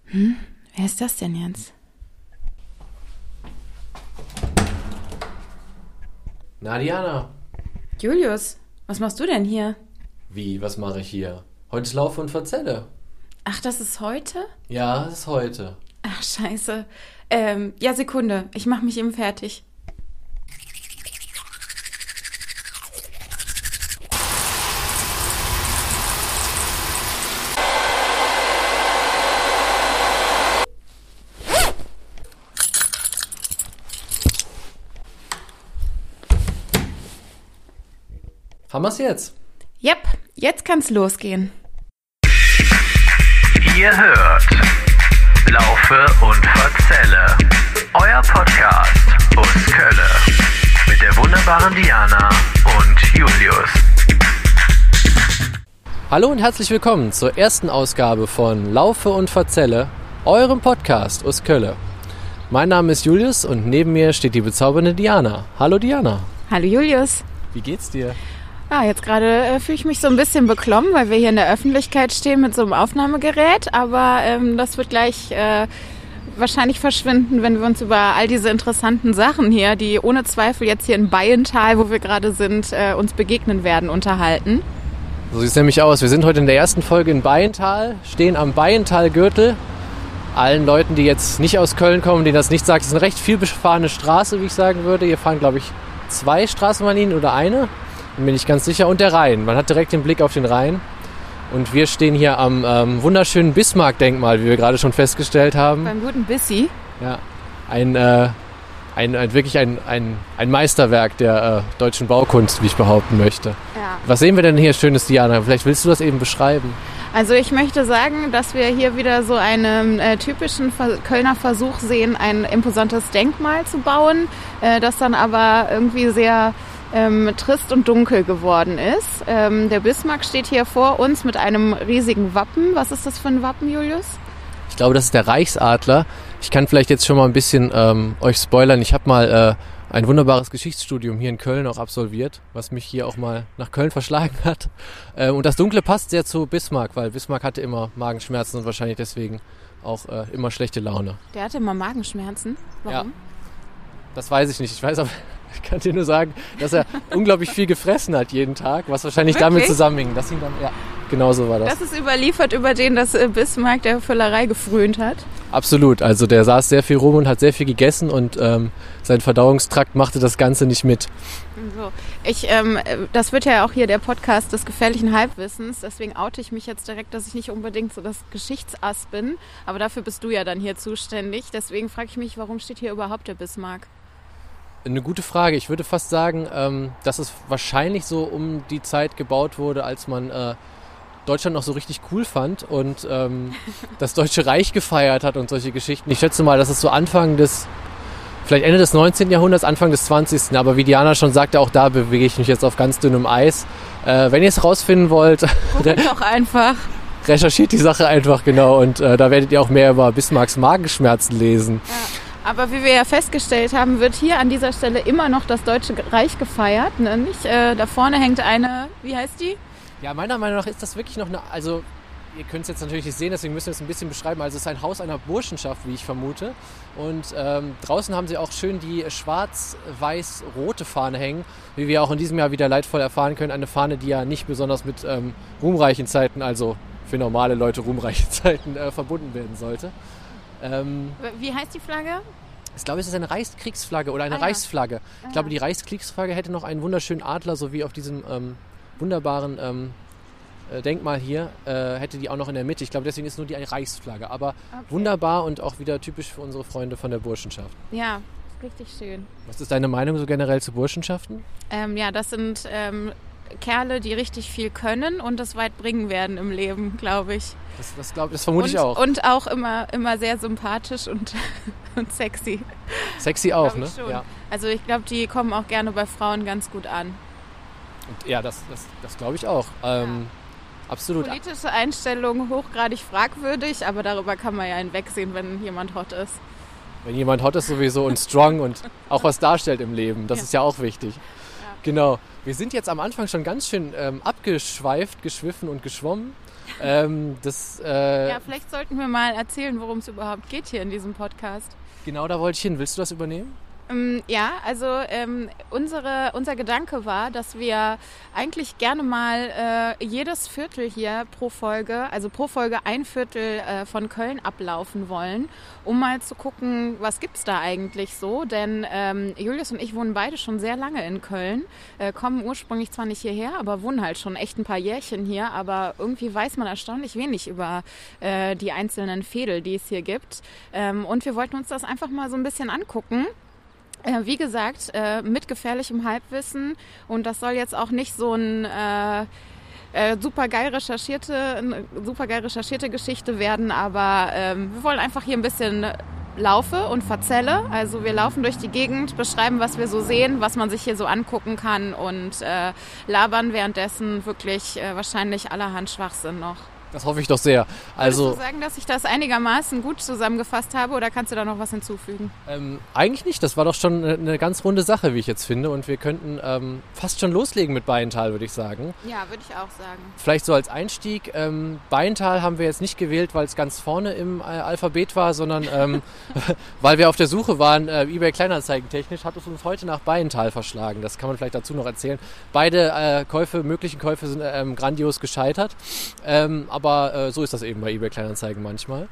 Wer ist das denn jetzt? Na, Diana. Julius, was machst du denn hier? Wie, was mache ich hier? Heute ist Laufe und Verzelle. Ach, das ist heute? Ja, das ist heute. Ach, scheiße. Ja, Sekunde. Ich mach mich eben fertig. Haben wir's jetzt? Yep, jetzt kann's losgehen. Ihr hört Laufe und Verzelle, euer Podcast aus Kölle mit der wunderbaren Diana und Julius. Hallo und herzlich willkommen zur ersten Ausgabe von Laufe und Verzelle, eurem Podcast aus Kölle. Mein Name ist Julius und neben mir steht die bezaubernde Diana. Hallo Diana. Hallo Julius. Wie geht's dir? Jetzt gerade fühle ich mich so ein bisschen beklommen, weil wir hier in der Öffentlichkeit stehen mit so einem Aufnahmegerät. Aber das wird gleich wahrscheinlich verschwinden, wenn wir uns über all diese interessanten Sachen hier, die ohne Zweifel jetzt hier in Bayental, wo wir gerade sind, uns begegnen werden, unterhalten. So sieht's nämlich aus. Wir sind heute in der ersten Folge in Bayental, stehen am Bayental-Gürtel. Allen Leuten, die jetzt nicht aus Köln kommen, denen das nicht sagt, es ist eine recht viel befahrene Straße, wie ich sagen würde. Hier fahren, glaube ich, 2 Straßenbahnlinien oder eine. Bin ich ganz sicher. Und der Rhein. Man hat direkt den Blick auf den Rhein. Und wir stehen hier am wunderschönen Bismarck-Denkmal, wie wir gerade schon festgestellt haben. Beim guten Bissi. Ja, wirklich ein Meisterwerk der deutschen Baukunst, wie ich behaupten möchte. Ja. Was sehen wir denn hier Schönes, Diana? Vielleicht willst du das eben beschreiben? Also ich möchte sagen, dass wir hier wieder so einen typischen Kölner Versuch sehen, ein imposantes Denkmal zu bauen, das dann aber irgendwie sehr trist und dunkel geworden ist. Der Bismarck steht hier vor uns mit einem riesigen Wappen. Was ist das für ein Wappen, Julius? Ich glaube, das ist der Reichsadler. Ich kann vielleicht jetzt schon mal ein bisschen euch spoilern. Ich habe mal ein wunderbares Geschichtsstudium hier in Köln auch absolviert, was mich hier auch mal nach Köln verschlagen hat. Und das Dunkle passt sehr zu Bismarck, weil Bismarck hatte immer Magenschmerzen und wahrscheinlich deswegen auch immer schlechte Laune. Der hatte immer Magenschmerzen? Warum? Ja. Das weiß ich nicht. Ich weiß aber, ich kann dir nur sagen, dass er unglaublich viel gefressen hat jeden Tag, was wahrscheinlich damit zusammenhing. Dass ihn dann, ja, genau so war das. Das ist überliefert über den, dass Bismarck der Völlerei gefrönt hat. Absolut. Also der saß sehr viel rum und hat sehr viel gegessen und sein Verdauungstrakt machte das Ganze nicht mit. So. Das wird ja auch hier der Podcast des gefährlichen Halbwissens. Deswegen oute ich mich jetzt direkt, dass ich nicht unbedingt so das Geschichtsass bin. Aber dafür bist du ja dann hier zuständig. Deswegen frage ich mich, warum steht hier überhaupt der Bismarck? Eine gute Frage. Ich würde fast sagen, dass es wahrscheinlich so um die Zeit gebaut wurde, als man Deutschland noch so richtig cool fand und das Deutsche Reich gefeiert hat und solche Geschichten. Ich schätze mal, dass es so vielleicht Ende des 19. Jahrhunderts, Anfang des 20. Aber wie Diana schon sagte, auch da bewege ich mich jetzt auf ganz dünnem Eis. Wenn ihr es rausfinden wollt, doch einfach. Recherchiert die Sache einfach genau und da werdet ihr auch mehr über Bismarcks Magenschmerzen lesen. Ja. Aber wie wir ja festgestellt haben, wird hier an dieser Stelle immer noch das Deutsche Reich gefeiert. Ne? Nicht? Da vorne hängt eine, wie heißt die? Ja, meiner Meinung nach ist das wirklich noch eine, also ihr könnt es jetzt natürlich nicht sehen, deswegen müssen wir es ein bisschen beschreiben. Also es ist ein Haus einer Burschenschaft, wie ich vermute. Und draußen haben sie auch schön die schwarz-weiß-rote Fahne hängen, wie wir auch in diesem Jahr wieder leidvoll erfahren können. Eine Fahne, die ja nicht besonders mit ruhmreichen Zeiten, also für normale Leute ruhmreiche Zeiten verbunden werden sollte. Wie heißt die Flagge? Ich glaube, es ist eine Reichskriegsflagge oder eine Reichsflagge. Ich glaube, die Reichskriegsflagge hätte noch einen wunderschönen Adler, so wie auf diesem wunderbaren Denkmal hier, hätte die auch noch in der Mitte. Ich glaube, deswegen ist nur die Reichsflagge. Aber wunderbar und auch wieder typisch für unsere Freunde von der Burschenschaft. Ja, richtig schön. Was ist deine Meinung so generell zu Burschenschaften? Ja, das sind Kerle, die richtig viel können und das weit bringen werden im Leben, glaube ich. Das vermute ich auch. Und auch immer sehr sympathisch und sexy. Sexy auch, ne? Schon. Ja. Also ich glaube, die kommen auch gerne bei Frauen ganz gut an. Und ja, das glaube ich auch. Absolut. Politische Einstellung hochgradig fragwürdig, aber darüber kann man ja hinwegsehen, wenn jemand hot ist. Wenn jemand hot ist sowieso und strong und auch was darstellt im Leben, das ist ja auch wichtig. Genau. Wir sind jetzt am Anfang schon ganz schön abgeschweift, geschwiffen und geschwommen. Ja, vielleicht sollten wir mal erzählen, worum es überhaupt geht hier in diesem Podcast. Genau, da wollte ich hin. Willst du das übernehmen? Ja, also unser Gedanke war, dass wir eigentlich gerne mal jedes Viertel hier pro Folge ein Viertel von Köln ablaufen wollen, um mal zu gucken, was gibt's da eigentlich so. Denn Julius und ich wohnen beide schon sehr lange in Köln, kommen ursprünglich zwar nicht hierher, aber wohnen halt schon echt ein paar Jährchen hier. Aber irgendwie weiß man erstaunlich wenig über die einzelnen Veedel, die es hier gibt. Und wir wollten uns das einfach mal so ein bisschen angucken. Wie gesagt, mit gefährlichem Halbwissen, und das soll jetzt auch nicht so eine super geil recherchierte Geschichte werden, aber wir wollen einfach hier ein bisschen laufe und verzelle. Also wir laufen durch die Gegend, beschreiben, was wir so sehen, was man sich hier so angucken kann und labern währenddessen wirklich wahrscheinlich allerhand Schwachsinn noch. Das hoffe ich doch sehr. Also, würdest du sagen, dass ich das einigermaßen gut zusammengefasst habe, oder kannst du da noch was hinzufügen? Eigentlich nicht. Das war doch schon eine ganz runde Sache, wie ich jetzt finde. Und wir könnten fast schon loslegen mit Baiental, würde ich sagen. Ja, würde ich auch sagen. Vielleicht so als Einstieg. Baiental haben wir jetzt nicht gewählt, weil es ganz vorne im Alphabet war, sondern weil wir auf der Suche waren, eBay Kleinanzeigen technisch, hat es uns heute nach Baiental verschlagen. Das kann man vielleicht dazu noch erzählen. Beide möglichen Käufe sind grandios gescheitert. Aber so ist das eben bei eBay Kleinanzeigen manchmal.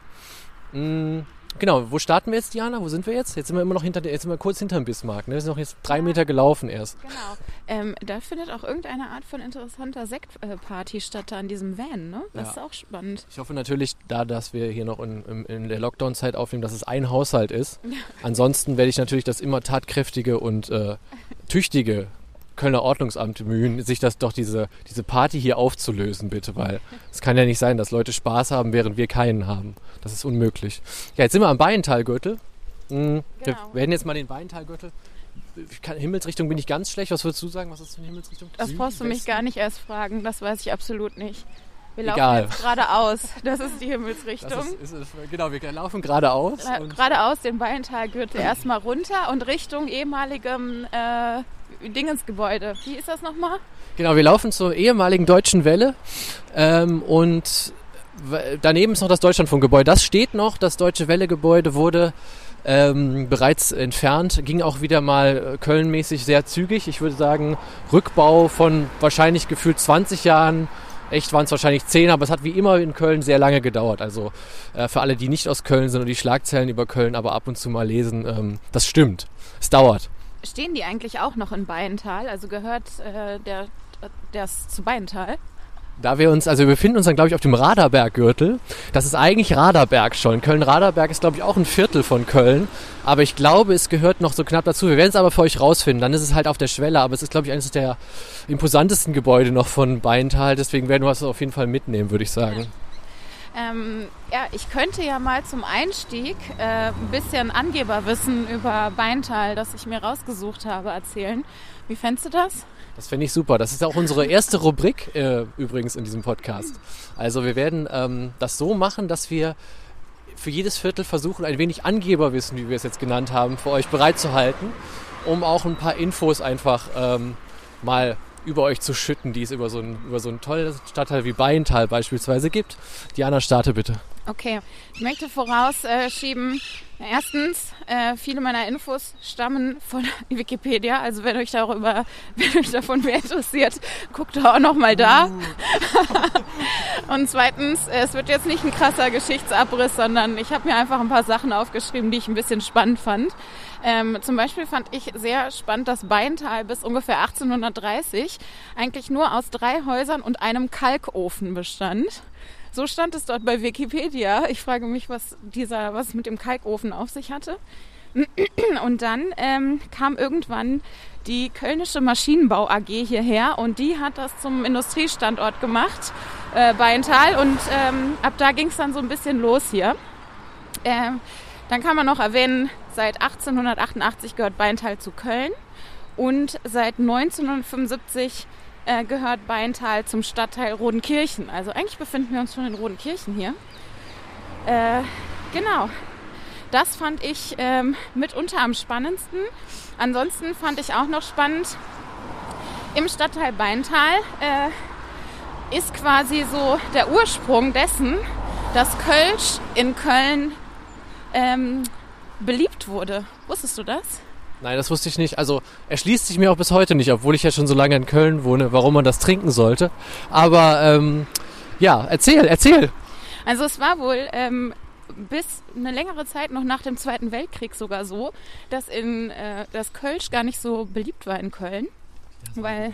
Genau, wo starten wir jetzt, Diana? Wo sind wir jetzt? Jetzt sind wir immer noch kurz hinterm Bismarck. Ne? Wir sind noch jetzt 3 Meter gelaufen erst. Genau. Da findet auch irgendeine Art von interessanter Sektparty statt da an diesem Van, ne? Das ist auch spannend. Ich hoffe natürlich, dass wir hier noch in der Lockdown-Zeit aufnehmen, dass es ein Haushalt ist. Ansonsten werde ich natürlich das immer tatkräftige und tüchtige Kölner Ordnungsamt bemühen, sich diese Party hier aufzulösen, bitte, weil es kann ja nicht sein, dass Leute Spaß haben, während wir keinen haben. Das ist unmöglich. Ja, jetzt sind wir am Baientalgürtel. Wir werden jetzt mal den Baientalgürtel. Himmelsrichtung bin ich ganz schlecht. Was würdest du sagen? Was ist für eine Himmelsrichtung? Das Süden, brauchst du mich Westen? gar nicht erst fragen. Das weiß ich absolut nicht. Wir laufen jetzt geradeaus. Das ist die Himmelsrichtung. Genau, wir laufen geradeaus. Geradeaus den Baientalgürtel erstmal runter und Richtung ehemaligem Dingensgebäude. Wie ist das nochmal? Genau, wir laufen zur ehemaligen Deutschen Welle und daneben ist noch das Deutschlandfunkgebäude. Das steht noch, das Deutsche Welle-Gebäude wurde bereits entfernt, ging auch wieder mal kölnmäßig sehr zügig. Ich würde sagen, Rückbau von wahrscheinlich gefühlt 20 Jahren. Echt waren es wahrscheinlich 10, aber es hat wie immer in Köln sehr lange gedauert. Also für alle, die nicht aus Köln sind und die Schlagzeilen über Köln aber ab und zu mal lesen, das stimmt. Es dauert. Stehen die eigentlich auch noch in Baiental? Also gehört das zu Baiental? Wir befinden uns dann, glaube ich, auf dem Raderberggürtel. Das ist eigentlich Raderberg schon. Köln-Raderberg ist, glaube ich, auch ein Viertel von Köln. Aber ich glaube, es gehört noch so knapp dazu. Wir werden es aber für euch rausfinden. Dann ist es halt auf der Schwelle. Aber es ist, glaube ich, eines der imposantesten Gebäude noch von Baiental. Deswegen werden wir es auf jeden Fall mitnehmen, würde ich sagen. Ich könnte ja mal zum Einstieg ein bisschen Angeberwissen über Baiental, das ich mir rausgesucht habe, erzählen. Wie fändest du das? Das fände ich super. Das ist auch unsere erste Rubrik übrigens in diesem Podcast. Also wir werden das so machen, dass wir für jedes Viertel versuchen, ein wenig Angeberwissen, wie wir es jetzt genannt haben, für euch bereitzuhalten, um auch ein paar Infos einfach mal über euch zu schütten, die es über so ein tolles Stadtteil wie Baiental beispielsweise gibt. Diana, starte bitte. Okay, ich möchte vorausschieben, erstens, viele meiner Infos stammen von Wikipedia, also wenn euch davon mehr interessiert, guckt doch auch noch mal da. Und zweitens, es wird jetzt nicht ein krasser Geschichtsabriss, sondern ich habe mir einfach ein paar Sachen aufgeschrieben, die ich ein bisschen spannend fand. Zum Beispiel fand ich sehr spannend, dass Baiental bis ungefähr 1830 eigentlich nur aus 3 Häusern und einem Kalkofen bestand. So stand es dort bei Wikipedia. Ich frage mich, was mit dem Kalkofen auf sich hatte. Und dann kam irgendwann die Kölnische Maschinenbau AG hierher und die hat das zum Industriestandort gemacht, Baiental. Und ab da ging es dann so ein bisschen los hier. Dann kann man noch erwähnen, seit 1888 gehört Baiental zu Köln und seit 1975 gehört Baiental zum Stadtteil Rodenkirchen. Also eigentlich befinden wir uns schon in Rodenkirchen hier. Genau. Das fand ich mitunter am spannendsten. Ansonsten fand ich auch noch spannend, im Stadtteil Beintal ist quasi so der Ursprung dessen, dass Kölsch in Köln beliebt wurde. Wusstest du das? Nein, das wusste ich nicht. Also erschließt sich mir auch bis heute nicht, obwohl ich ja schon so lange in Köln wohne, warum man das trinken sollte. Aber ja, erzähl. Also es war wohl bis eine längere Zeit noch nach dem Zweiten Weltkrieg sogar so, dass das Kölsch gar nicht so beliebt war in Köln. Weil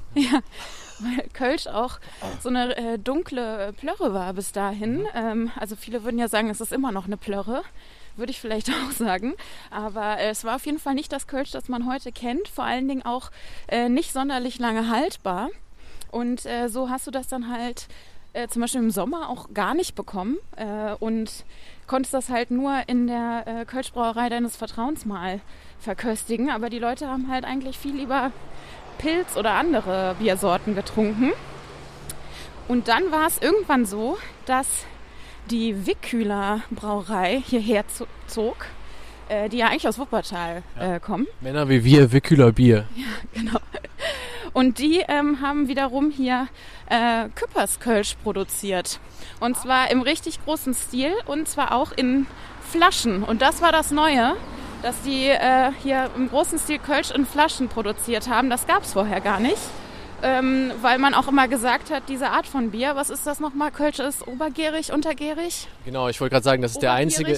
Kölsch auch so eine dunkle Plörre war bis dahin. Also viele würden ja sagen, es ist immer noch eine Plörre. Würde ich vielleicht auch sagen. Aber es war auf jeden Fall nicht das Kölsch, das man heute kennt. Vor allen Dingen auch nicht sonderlich lange haltbar. Und so hast du das dann halt zum Beispiel im Sommer auch gar nicht bekommen. Und konntest das halt nur in der Kölschbrauerei deines Vertrauens mal verköstigen. Aber die Leute haben halt eigentlich viel lieber Pilz oder andere Biersorten getrunken. Und dann war es irgendwann so, dass die Wickhüler Brauerei hierher zog, die ja eigentlich aus Wuppertal kommen. Männer wie wir, Wickhüler Bier. Ja, genau. Und die haben wiederum hier Küpperskölsch produziert. Und zwar im richtig großen Stil und zwar auch in Flaschen. Und das war das Neue, dass die hier im großen Stil Kölsch in Flaschen produziert haben. Das gab es vorher gar nicht. Weil man auch immer gesagt hat, diese Art von Bier, was ist das nochmal? Kölsch ist obergärig, untergärig? Genau, ich wollte gerade sagen, das ist der einzige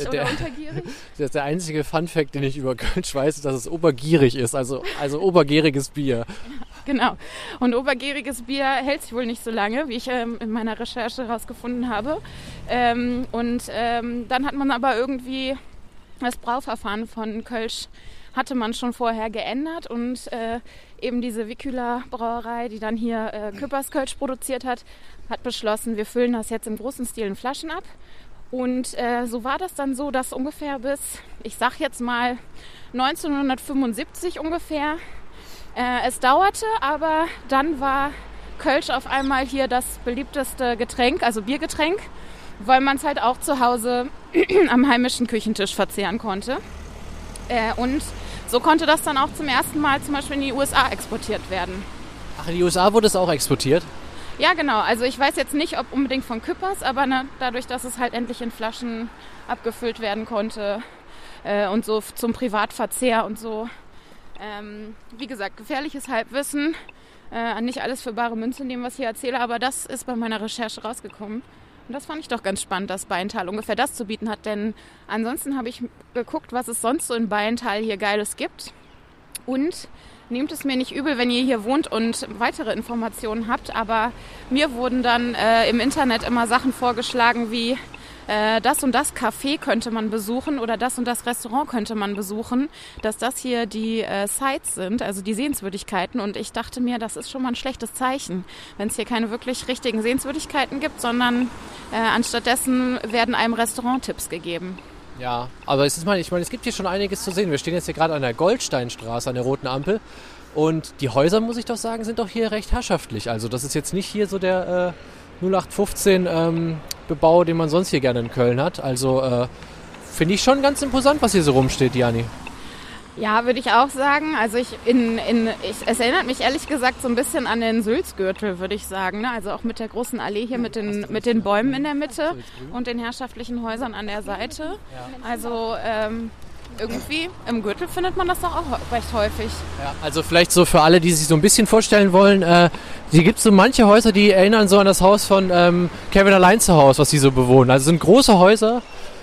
Funfact, den ich über Kölsch weiß, dass es obergierig ist, also obergäriges Bier. Genau, und obergäriges Bier hält sich wohl nicht so lange, wie ich in meiner Recherche herausgefunden habe. Dann hat man aber irgendwie das Brauverfahren von Kölsch hatte man schon vorher geändert und eben diese Wickhüler Brauerei, die dann hier Küpperskölsch produziert hat beschlossen, wir füllen das jetzt im großen Stil in Flaschen ab. Und so war das dann so, dass ungefähr bis, ich sag jetzt mal 1975 ungefähr, es dauerte, aber dann war Kölsch auf einmal hier das beliebteste Getränk, also Biergetränk, weil man es halt auch zu Hause am heimischen Küchentisch verzehren konnte. Und so konnte das dann auch zum ersten Mal zum Beispiel in die USA exportiert werden. Ach, in die USA wurde es auch exportiert? Ja, genau. Also ich weiß jetzt nicht, ob unbedingt von Küppers, aber dadurch, dass es halt endlich in Flaschen abgefüllt werden konnte und so zum Privatverzehr und so. Wie gesagt, gefährliches Halbwissen. Nicht alles für bare Münze nehmen, was ich hier erzähle, aber das ist bei meiner Recherche rausgekommen. Und das fand ich doch ganz spannend, dass Beintal ungefähr das zu bieten hat. Denn ansonsten habe ich geguckt, was es sonst so in Beintal hier Geiles gibt. Und nehmt es mir nicht übel, wenn ihr hier wohnt und weitere Informationen habt. Aber mir wurden dann im Internet immer Sachen vorgeschlagen wie das und das Café könnte man besuchen oder das und das Restaurant könnte man besuchen. Dass das hier die Sites sind, also die Sehenswürdigkeiten. Und ich dachte mir, das ist schon mal ein schlechtes Zeichen, wenn es hier keine wirklich richtigen Sehenswürdigkeiten gibt, sondern anstattdessen werden einem Restauranttipps gegeben. Ja, aber ich meine, es gibt hier schon einiges zu sehen. Wir stehen jetzt hier gerade an der Goldsteinstraße, an der roten Ampel. Und die Häuser, muss ich doch sagen, sind doch hier recht herrschaftlich. Also das ist jetzt nicht hier so der 0815 Bebau, den man sonst hier gerne in Köln hat. Also finde ich schon ganz imposant, was hier so rumsteht, Jani. Ja, würde ich auch sagen. Also es erinnert mich ehrlich gesagt so ein bisschen an den Sülzgürtel, würde ich sagen. Ne? Also auch mit der großen Allee hier mit den Bäumen in der Mitte und den herrschaftlichen Häusern an der Seite. Also irgendwie im Gürtel findet man das doch auch recht häufig. Ja, also vielleicht so für alle, die sich so ein bisschen vorstellen wollen, hier gibt es so manche Häuser, die erinnern so an das Haus von Kevin allein zu Hause, was die so bewohnen. Also sind große Häuser,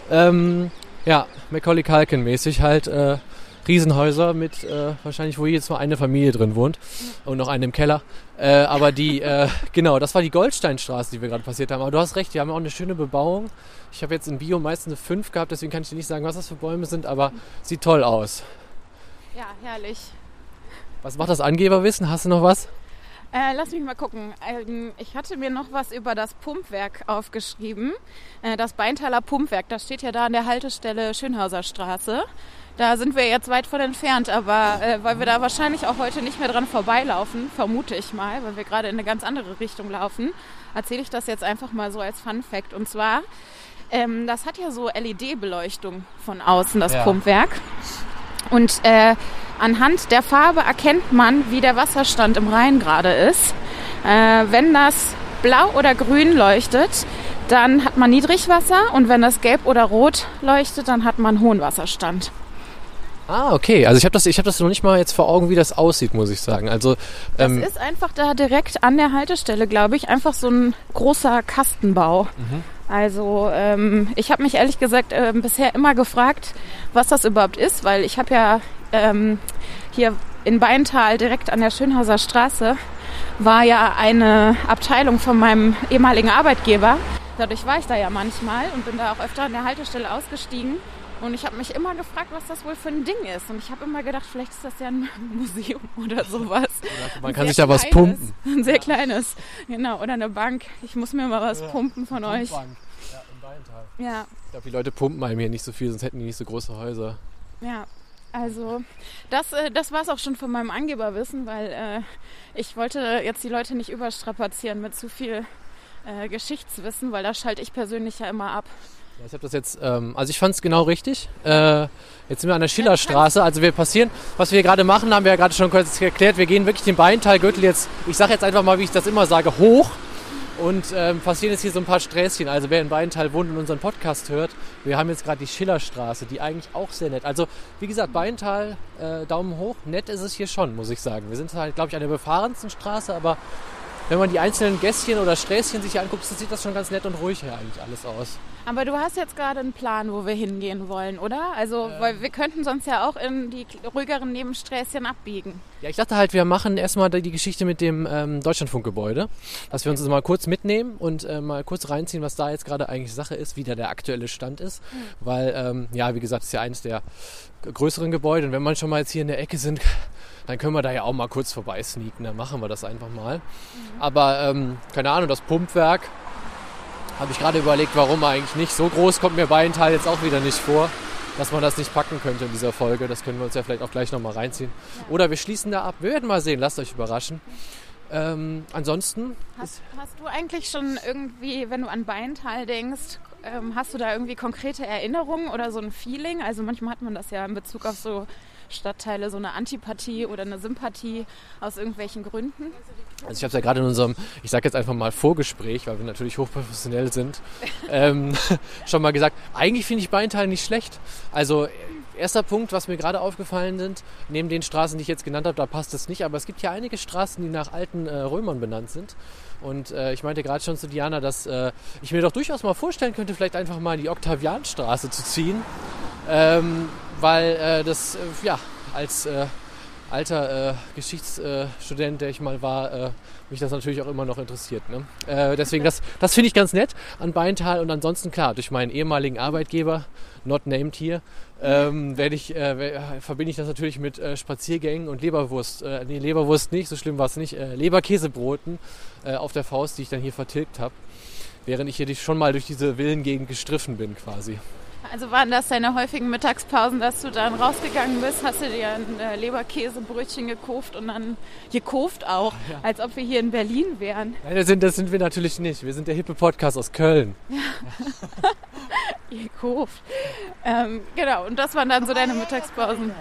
Macaulay Culkin mäßig halt, Riesenhäuser mit wahrscheinlich, wo jetzt nur eine Familie drin wohnt und noch eine im Keller. Aber genau, das war die Goldsteinstraße, die wir gerade passiert haben. Aber du hast recht, die haben auch eine schöne Bebauung. Ich habe jetzt in Bio meistens eine 5 gehabt, deswegen kann ich dir nicht sagen, was das für Bäume sind, aber sieht toll aus. Ja, herrlich. Was macht das Angeberwissen? Hast du noch was? Lass mich mal gucken. Ich hatte mir noch was über das Pumpwerk aufgeschrieben. Das Beintaler Pumpwerk, das steht ja da an der Haltestelle Schönhauser Straße. Da sind wir jetzt weit von entfernt, aber weil wir da wahrscheinlich auch heute nicht mehr dran vorbeilaufen, vermute ich mal, weil wir gerade in eine ganz andere Richtung laufen, erzähle ich das jetzt einfach mal so als Fun Fact. Und zwar, das hat ja so LED-Beleuchtung von außen, das Pumpwerk. Und anhand der Farbe erkennt man, wie der Wasserstand im Rhein gerade ist. Wenn das blau oder grün leuchtet, dann hat man Niedrigwasser. Und wenn das gelb oder rot leuchtet, dann hat man hohen Wasserstand. Ah, okay. Also ich hab das noch nicht mal jetzt vor Augen, wie das aussieht, muss ich sagen. Also das ist einfach da direkt an der Haltestelle, glaube ich, einfach so ein großer Kastenbau. Also ich habe mich ehrlich gesagt bisher immer gefragt, was das überhaupt ist, weil ich habe ja hier in Beintal direkt an der Schönhauser Straße war ja eine Abteilung von meinem ehemaligen Arbeitgeber. Dadurch war ich da ja manchmal und bin da auch öfter an der Haltestelle ausgestiegen. Und ich habe mich immer gefragt, was das wohl für ein Ding ist. Und ich habe immer gedacht, vielleicht ist das ja ein Museum oder sowas. Man kann sich da was pumpen. Ein sehr kleines, genau. Oder eine Bank. Ich muss mir mal was pumpen von euch. Ja, im Beintal. Ja. Ich glaube, die Leute pumpen einem hier nicht so viel, sonst hätten die nicht so große Häuser. Ja, also das war es auch schon von meinem Angeberwissen, weil ich wollte jetzt die Leute nicht überstrapazieren mit zu viel Geschichtswissen, weil da schalte ich persönlich ja immer ab. Ja, ich habe das jetzt, also ich fand es genau richtig. Jetzt sind wir an der Schillerstraße, also wir passieren, was wir hier gerade machen, haben wir ja gerade schon kurz erklärt, wir gehen wirklich den Beintalgürtel jetzt, ich sage jetzt einfach mal, wie ich das immer sage, hoch und passieren jetzt hier so ein paar Sträßchen. Also wer in Beintal wohnt und unseren Podcast hört, wir haben jetzt gerade die Schillerstraße, die eigentlich auch sehr nett. Also wie gesagt, Beintal, Daumen hoch, nett ist es hier schon, muss ich sagen. Wir sind halt, glaube ich, an der befahrensten Straße, aber wenn man die einzelnen Gässchen oder Sträßchen sich hier anguckt, sieht das schon ganz nett und ruhig hier eigentlich alles aus. Aber du hast jetzt gerade einen Plan, wo wir hingehen wollen, oder? Also, weil wir könnten sonst ja auch in die ruhigeren Nebensträßchen abbiegen. Ja, ich dachte halt, wir machen erstmal die Geschichte mit dem Deutschlandfunkgebäude, dass wir uns das mal kurz mitnehmen und mal kurz reinziehen, was da jetzt gerade eigentlich Sache ist, wie da der aktuelle Stand ist. Weil, ja, wie gesagt, es ist ja eines der größeren Gebäude und wenn man schon mal jetzt hier in der Ecke sind, dann können wir da ja auch mal kurz vorbei sneaken, dann machen wir das einfach mal. Aber, keine Ahnung, das Pumpwerk, habe ich gerade überlegt, warum eigentlich nicht. So groß kommt mir Beintal jetzt auch wieder nicht vor, dass man das nicht packen könnte in dieser Folge. Das können wir uns ja vielleicht auch gleich nochmal reinziehen. Ja. Oder wir schließen da ab. Wir werden mal sehen, lasst euch überraschen. Ansonsten... Hast du eigentlich schon irgendwie, wenn du an Beintal denkst, hast du da irgendwie konkrete Erinnerungen oder so ein Feeling? Also manchmal hat man das ja in Bezug auf so Stadtteile, so eine Antipathie oder eine Sympathie aus irgendwelchen Gründen? Also ich habe es ja gerade in unserem, ich sage jetzt einfach mal Vorgespräch, weil wir natürlich hochprofessionell sind, schon mal gesagt, eigentlich finde ich Beintal nicht schlecht. Also erster Punkt, was mir gerade aufgefallen sind, neben den Straßen, die ich jetzt genannt habe, da passt es nicht, aber es gibt hier einige Straßen, die nach alten Römern benannt sind. Und ich meinte gerade schon zu Diana, dass ich mir doch durchaus mal vorstellen könnte, vielleicht einfach mal in die Octavianstraße zu ziehen, weil das, ja, als alter Geschichtsstudent, der ich mal war, mich das natürlich auch immer noch interessiert. Ne? Deswegen, das finde ich ganz nett an Beintal und ansonsten, klar, durch meinen ehemaligen Arbeitgeber, not named hier, verbinde ich das natürlich mit Spaziergängen und Leberwurst. Leberwurst nicht, so schlimm war es nicht. Leberkäsebroten auf der Faust, die ich dann hier vertilgt habe, während ich hier schon mal durch diese Villengegend gestriffen bin quasi. Also waren das deine häufigen Mittagspausen, dass du dann rausgegangen bist, hast du dir ein Leberkäsebrötchen gekauft und dann gekauft auch, ja. Als ob wir hier in Berlin wären. Nein, das sind wir natürlich nicht. Wir sind der hippe Podcast aus Köln. Ja. Gekauft. Genau, und das waren dann so deine Mittagspausen.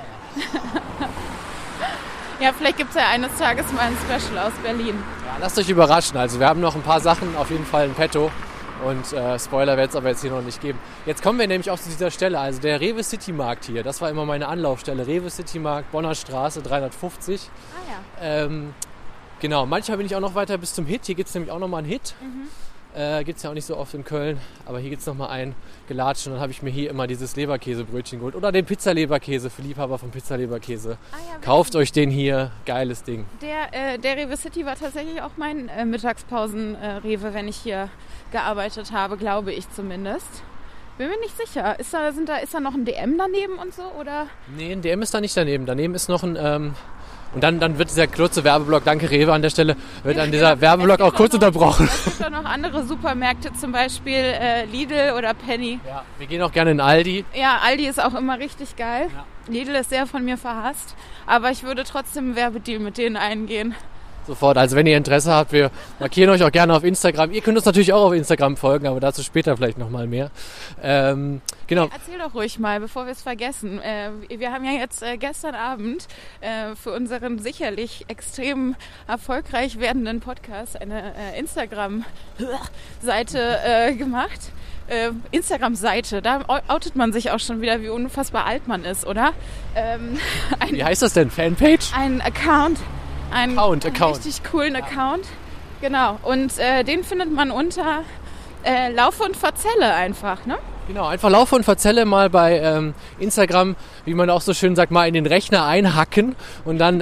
Ja, vielleicht gibt es ja eines Tages mal ein Special aus Berlin. Ja, lasst euch überraschen. Also wir haben noch ein paar Sachen auf jeden Fall in petto. Und Spoiler wird es aber jetzt hier noch nicht geben. Jetzt kommen wir nämlich auch zu dieser Stelle, also der Rewe City Markt hier. Das war immer meine Anlaufstelle. Rewe City Markt, Bonner Straße 350. Ah ja. Genau, manchmal bin ich auch noch weiter bis zum Hit. Hier gibt es nämlich auch nochmal einen Hit. Gibt es ja auch nicht so oft in Köln. Aber hier gibt es nochmal einen gelatscht. Und dann habe ich mir hier immer dieses Leberkäsebrötchen geholt. Oder den Pizzaleberkäse für Liebhaber von Pizzaleberkäse. Ah ja, kauft euch den hier. Geiles Ding. Der Rewe City war tatsächlich auch mein Mittagspausen-Rewe, wenn ich hier gearbeitet habe, glaube ich zumindest. Bin mir nicht sicher. Ist da noch ein DM daneben und so, oder? Nee, ein DM ist da nicht daneben. Daneben ist noch ein... und dann wird dieser kurze Werbeblock, danke Rewe an der Stelle, wird an dieser Werbeblock auch kurz unterbrochen. Es gibt auch noch andere Supermärkte, zum Beispiel Lidl oder Penny. Ja, wir gehen auch gerne in Aldi. Ja, Aldi ist auch immer richtig geil. Ja. Lidl ist sehr von mir verhasst. Aber ich würde trotzdem einen Werbedeal mit denen eingehen. sofort. Also wenn ihr Interesse habt, wir markieren euch auch gerne auf Instagram. Ihr könnt uns natürlich auch auf Instagram folgen, aber dazu später vielleicht nochmal mehr. Genau. Erzähl doch ruhig mal, bevor wir es vergessen. Wir haben ja jetzt gestern Abend für unseren sicherlich extrem erfolgreich werdenden Podcast eine Instagram-Seite gemacht. Instagram-Seite, da outet man sich auch schon wieder, wie unfassbar alt man ist, oder? Wie heißt das denn? Fanpage? Ein Account. Einen Account. richtig coolen Account. Genau. Und den findet man unter Laufe und Verzelle einfach, ne? Genau, einfach Laufe und Verzelle mal bei Instagram, wie man auch so schön sagt, mal in den Rechner einhacken und dann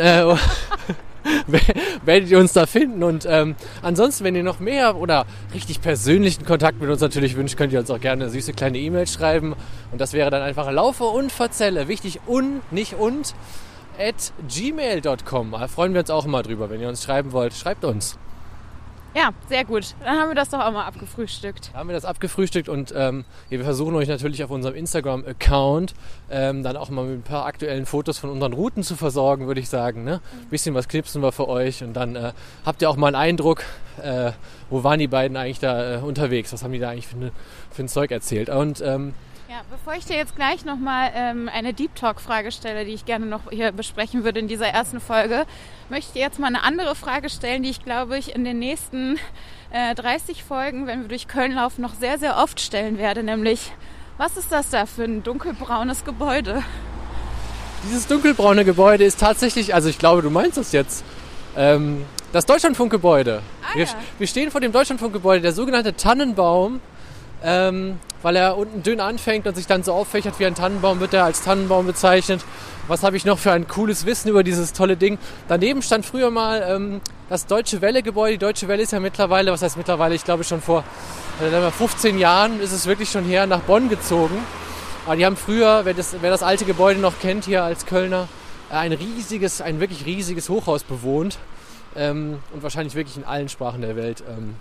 werdet ihr uns da finden. Und ansonsten, wenn ihr noch mehr oder richtig persönlichen Kontakt mit uns natürlich wünscht, könnt ihr uns auch gerne eine süße kleine E-Mail schreiben. Und das wäre dann einfach Laufe und Verzelle. Wichtig, nicht @gmail.com. Da freuen wir uns auch immer drüber. Wenn ihr uns schreiben wollt, schreibt uns. Ja, sehr gut. Dann haben wir das doch auch mal abgefrühstückt. Da haben wir das abgefrühstückt und wir versuchen euch natürlich auf unserem Instagram-Account dann auch mal mit ein paar aktuellen Fotos von unseren Routen zu versorgen, würde ich sagen. Ne? Ein bisschen was knipsen wir für euch und dann habt ihr auch mal einen Eindruck, wo waren die beiden eigentlich da unterwegs, was haben die da eigentlich für ein Zeug erzählt. Und ja, bevor ich dir jetzt gleich nochmal eine Deep Talk-Frage stelle, die ich gerne noch hier besprechen würde in dieser ersten Folge, möchte ich dir jetzt mal eine andere Frage stellen, die ich, glaube ich, in den nächsten 30 Folgen, wenn wir durch Köln laufen, noch sehr, sehr oft stellen werde. Nämlich, was ist das da für ein dunkelbraunes Gebäude? Dieses dunkelbraune Gebäude ist tatsächlich, also ich glaube, du meinst das jetzt, das Deutschlandfunkgebäude. Wir stehen vor dem Deutschlandfunkgebäude, der sogenannte Tannenbaum. Weil er unten dünn anfängt und sich dann so auffächert wie ein Tannenbaum, wird er als Tannenbaum bezeichnet. Was habe ich noch für ein cooles Wissen über dieses tolle Ding? Daneben stand früher mal das Deutsche Welle-Gebäude. Die Deutsche Welle ist ja mittlerweile, was heißt mittlerweile, ich glaube schon vor 15 Jahren ist es wirklich schon her nach Bonn gezogen. Aber die haben früher, wer das alte Gebäude noch kennt hier als Kölner, ein wirklich riesiges Hochhaus bewohnt und wahrscheinlich wirklich in allen Sprachen der Welt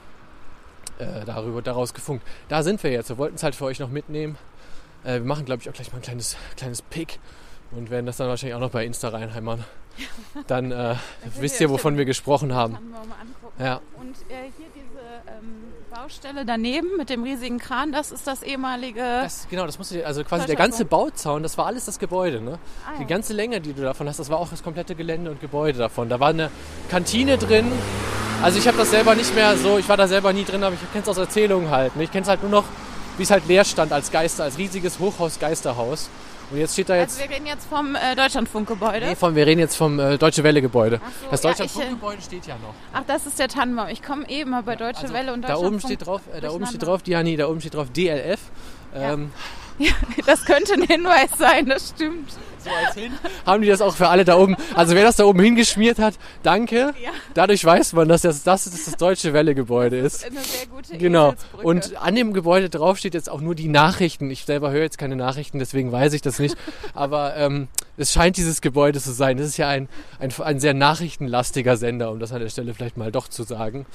daraus gefunkt. Da sind wir jetzt. Wir wollten es halt für euch noch mitnehmen. Wir machen, glaube ich, auch gleich mal ein kleines Pick und werden das dann wahrscheinlich auch noch bei Insta reinheimern. Dann wisst ihr, wovon wir gesprochen haben. Kann man mal angucken. Ja. Und hier diese Baustelle daneben mit dem riesigen Kran, das ist das ehemalige... Das musst du also quasi der ganze Bauzaun, das war alles das Gebäude. Ne? Ja. Die ganze Länge, die du davon hast, das war auch das komplette Gelände und Gebäude davon. Da war eine Kantine drin. Also ich habe das selber nicht mehr so, ich war da selber nie drin, aber ich kenne es aus Erzählungen halt. Ne? Ich kenne es halt nur noch, wie es halt leer stand als riesiges Hochhaus-Geisterhaus. Und jetzt steht da jetzt... Also wir reden jetzt vom Deutschlandfunkgebäude? Nee, wir reden jetzt vom Deutsche Welle-Gebäude. So, das Deutschlandfunkgebäude steht ja noch. Ach, das ist der Tannenbaum. Ich komme eben mal bei Deutsche Welle und da oben steht drauf, Diani, da oben steht drauf DLF. Ja. Ja, das könnte ein Hinweis sein, das stimmt. So als Hin haben die das auch für alle da oben. Also wer das da oben hingeschmiert hat, danke. Ja. Dadurch weiß man, dass das Deutsche Welle-Gebäude ist. Das ist eine sehr gute Genau. Eselsbrücke. Und an dem Gebäude drauf steht jetzt auch nur die Nachrichten. Ich selber höre jetzt keine Nachrichten, deswegen weiß ich das nicht. Aber es scheint dieses Gebäude zu sein. Das ist ja ein sehr nachrichtenlastiger Sender, um das an der Stelle vielleicht mal doch zu sagen.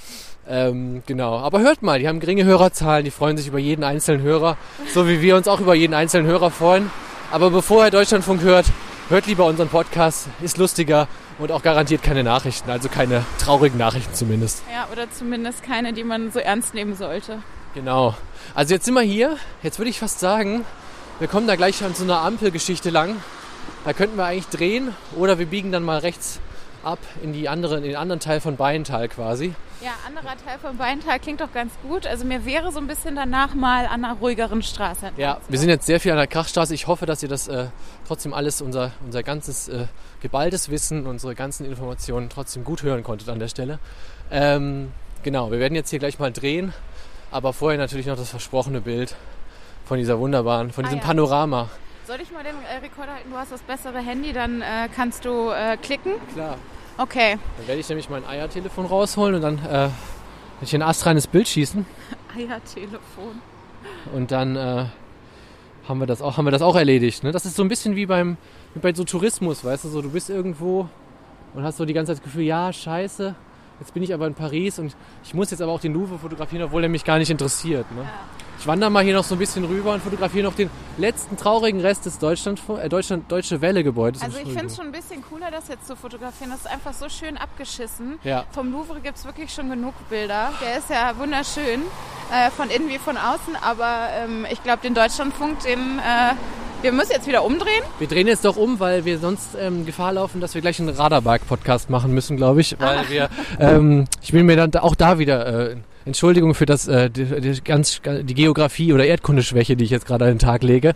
Genau. Aber hört mal, die haben geringe Hörerzahlen, die freuen sich über jeden einzelnen Hörer, so wie wir uns auch über jeden einzelnen Hörer freuen. Aber bevor ihr Deutschlandfunk hört lieber unseren Podcast, ist lustiger und auch garantiert keine Nachrichten, also keine traurigen Nachrichten zumindest. Ja, oder zumindest keine, die man so ernst nehmen sollte. Genau. Also jetzt sind wir hier, jetzt würde ich fast sagen, wir kommen da gleich an so einer Ampelgeschichte lang. Da könnten wir eigentlich drehen oder wir biegen dann mal rechts ab in den anderen Teil von Beintal quasi. Ja, anderer Teil von Beintal klingt doch ganz gut. Also mir wäre so ein bisschen danach mal an einer ruhigeren Straße entlang. Ja, wir sind jetzt sehr viel an der Krachstraße. Ich hoffe, dass ihr das trotzdem alles, unser ganzes geballtes Wissen, unsere ganzen Informationen trotzdem gut hören konntet an der Stelle. Genau, wir werden jetzt hier gleich mal drehen, aber vorher natürlich noch das versprochene Bild von diesem Panorama. Soll ich mal den Rekorder halten? Du hast das bessere Handy, dann kannst du klicken. Klar. Okay. Dann werde ich nämlich mein Eiertelefon rausholen und dann werde ich ein astreines Bild schießen. Eiertelefon. Und dann haben wir das auch erledigt. Ne? Das ist so ein bisschen wie bei so Tourismus, weißt du, so du bist irgendwo und hast so die ganze Zeit das Gefühl, ja, scheiße, jetzt bin ich aber in Paris und ich muss jetzt aber auch den Louvre fotografieren, obwohl er mich gar nicht interessiert. Ne? Ja. Ich wandere mal hier noch so ein bisschen rüber und fotografiere noch den letzten traurigen Rest des Deutsche Welle-Gebäudes. Also ich finde es schon ein bisschen cooler, das jetzt zu fotografieren. Das ist einfach so schön abgeschissen. Ja. Vom Louvre gibt es wirklich schon genug Bilder. Der ist ja wunderschön, von innen wie von außen. Aber ich glaube, den Deutschlandfunk, wir müssen jetzt wieder umdrehen. Wir drehen jetzt doch um, weil wir sonst Gefahr laufen, dass wir gleich einen Radarberg-Podcast machen müssen, glaube ich. Weil ich will mir dann auch da wieder Entschuldigung für die Geografie oder Erdkundeschwäche, die ich jetzt gerade an den Tag lege.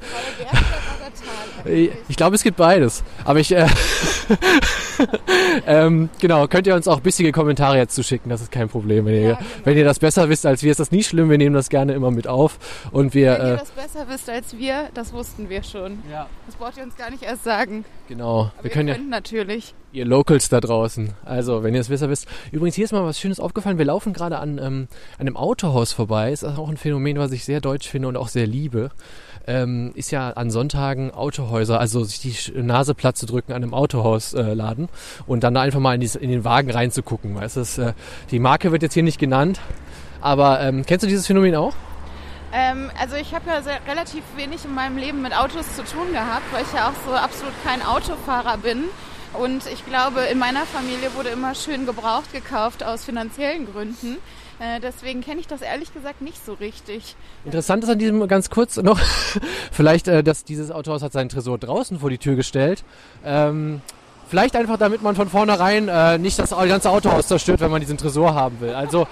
Ich glaube, es gibt beides. Aber genau, könnt ihr uns auch bissige Kommentare jetzt zuschicken, das ist kein Problem. Wenn ihr das besser wisst als wir, ist das nie schlimm, wir nehmen das gerne immer mit auf. Und wenn ihr das besser wisst als wir, das wussten wir schon. Ja. Das braucht ihr uns gar nicht erst sagen. Genau. Aber wir können natürlich. Ihr Locals da draußen. Also, wenn ihr es besser wisst. Übrigens, hier ist mal was Schönes aufgefallen. Wir laufen gerade an einem Autohaus vorbei. Ist auch ein Phänomen, was ich sehr deutsch finde und auch sehr liebe. Ist ja an Sonntagen Autohäuser, also sich die Nase platt zu drücken an einem Autohausladen und dann da einfach mal in den Wagen reinzugucken. Weißt du, die Marke wird jetzt hier nicht genannt, aber kennst du dieses Phänomen auch? Also ich habe ja relativ wenig in meinem Leben mit Autos zu tun gehabt, weil ich ja auch so absolut kein Autofahrer bin. Und ich glaube, in meiner Familie wurde immer schön gebraucht gekauft aus finanziellen Gründen. Deswegen kenne ich das ehrlich gesagt nicht so richtig. Interessant ist an diesem ganz kurz noch, vielleicht, dass dieses Autohaus hat seinen Tresor draußen vor die Tür gestellt. Vielleicht einfach, damit man von vornherein nicht das ganze Autohaus zerstört, wenn man diesen Tresor haben will. Also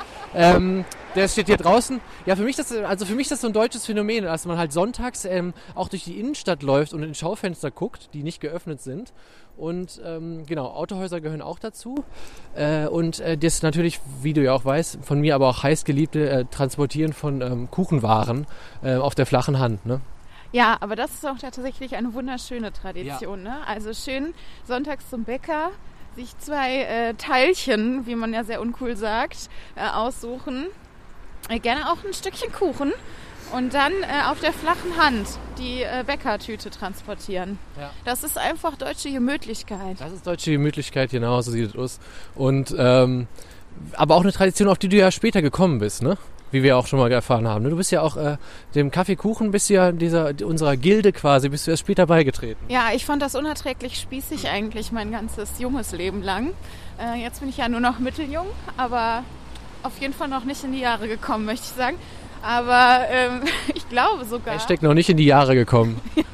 der steht hier draußen. Ja, für mich ist das so ein deutsches Phänomen, dass man halt sonntags auch durch die Innenstadt läuft und in Schaufenster guckt, die nicht geöffnet sind. Und genau, Autohäuser gehören auch dazu. Und das natürlich, wie du ja auch weißt, von mir aber auch heiß geliebte Transportieren von Kuchenwaren auf der flachen Hand, ne? Ja, aber das ist auch tatsächlich eine wunderschöne Tradition, ne? Also schön sonntags zum Bäcker, sich 2 Teilchen, wie man ja sehr uncool sagt, aussuchen. Gerne auch ein Stückchen Kuchen und dann auf der flachen Hand die Bäckertüte transportieren. Ja. Das ist einfach deutsche Gemütlichkeit. Das ist deutsche Gemütlichkeit, genau, so sieht es aus. Und aber auch eine Tradition, auf die du ja später gekommen bist, ne? Wie wir auch schon mal erfahren haben. Du bist ja auch dem Kaffeekuchen, bist ja unserer Gilde quasi, bist du erst später beigetreten. Ja, ich fand das unerträglich spießig eigentlich mein ganzes junges Leben lang. Jetzt bin ich ja nur noch mitteljung, aber auf jeden Fall noch nicht in die Jahre gekommen, möchte ich sagen. Aber ich glaube sogar... Hashtag noch nicht in die Jahre gekommen. Ja.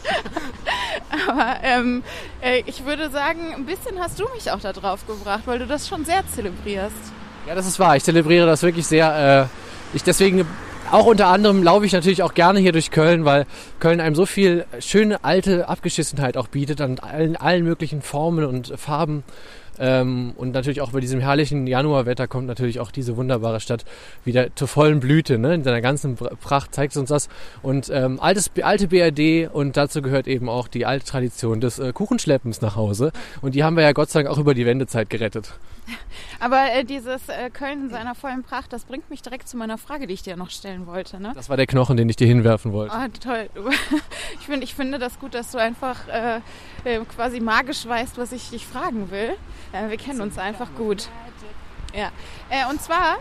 Aber ich würde sagen, ein bisschen hast du mich auch da drauf gebracht, weil du das schon sehr zelebrierst. Ja, das ist wahr. Ich zelebriere das wirklich sehr. Deswegen auch unter anderem laufe ich natürlich auch gerne hier durch Köln, weil Köln einem so viel schöne alte Abgeschissenheit auch bietet an allen möglichen Formen und Farben. Und natürlich auch bei diesem herrlichen Januarwetter kommt natürlich auch diese wunderbare Stadt wieder zur vollen Blüte, ne? In seiner ganzen Pracht zeigt es uns das. Und alte BRD, und dazu gehört eben auch die alte Tradition des Kuchenschleppens nach Hause. Und die haben wir ja Gott sei Dank auch über die Wendezeit gerettet. Aber dieses Köln in seiner vollen Pracht, das bringt mich direkt zu meiner Frage, die ich dir noch stellen wollte. Ne? Das war der Knochen, den ich dir hinwerfen wollte. Oh, toll. Ich finde das gut, dass du einfach quasi magisch weißt, was ich dich fragen will. Wir kennen uns einfach gut. Ja. Und zwar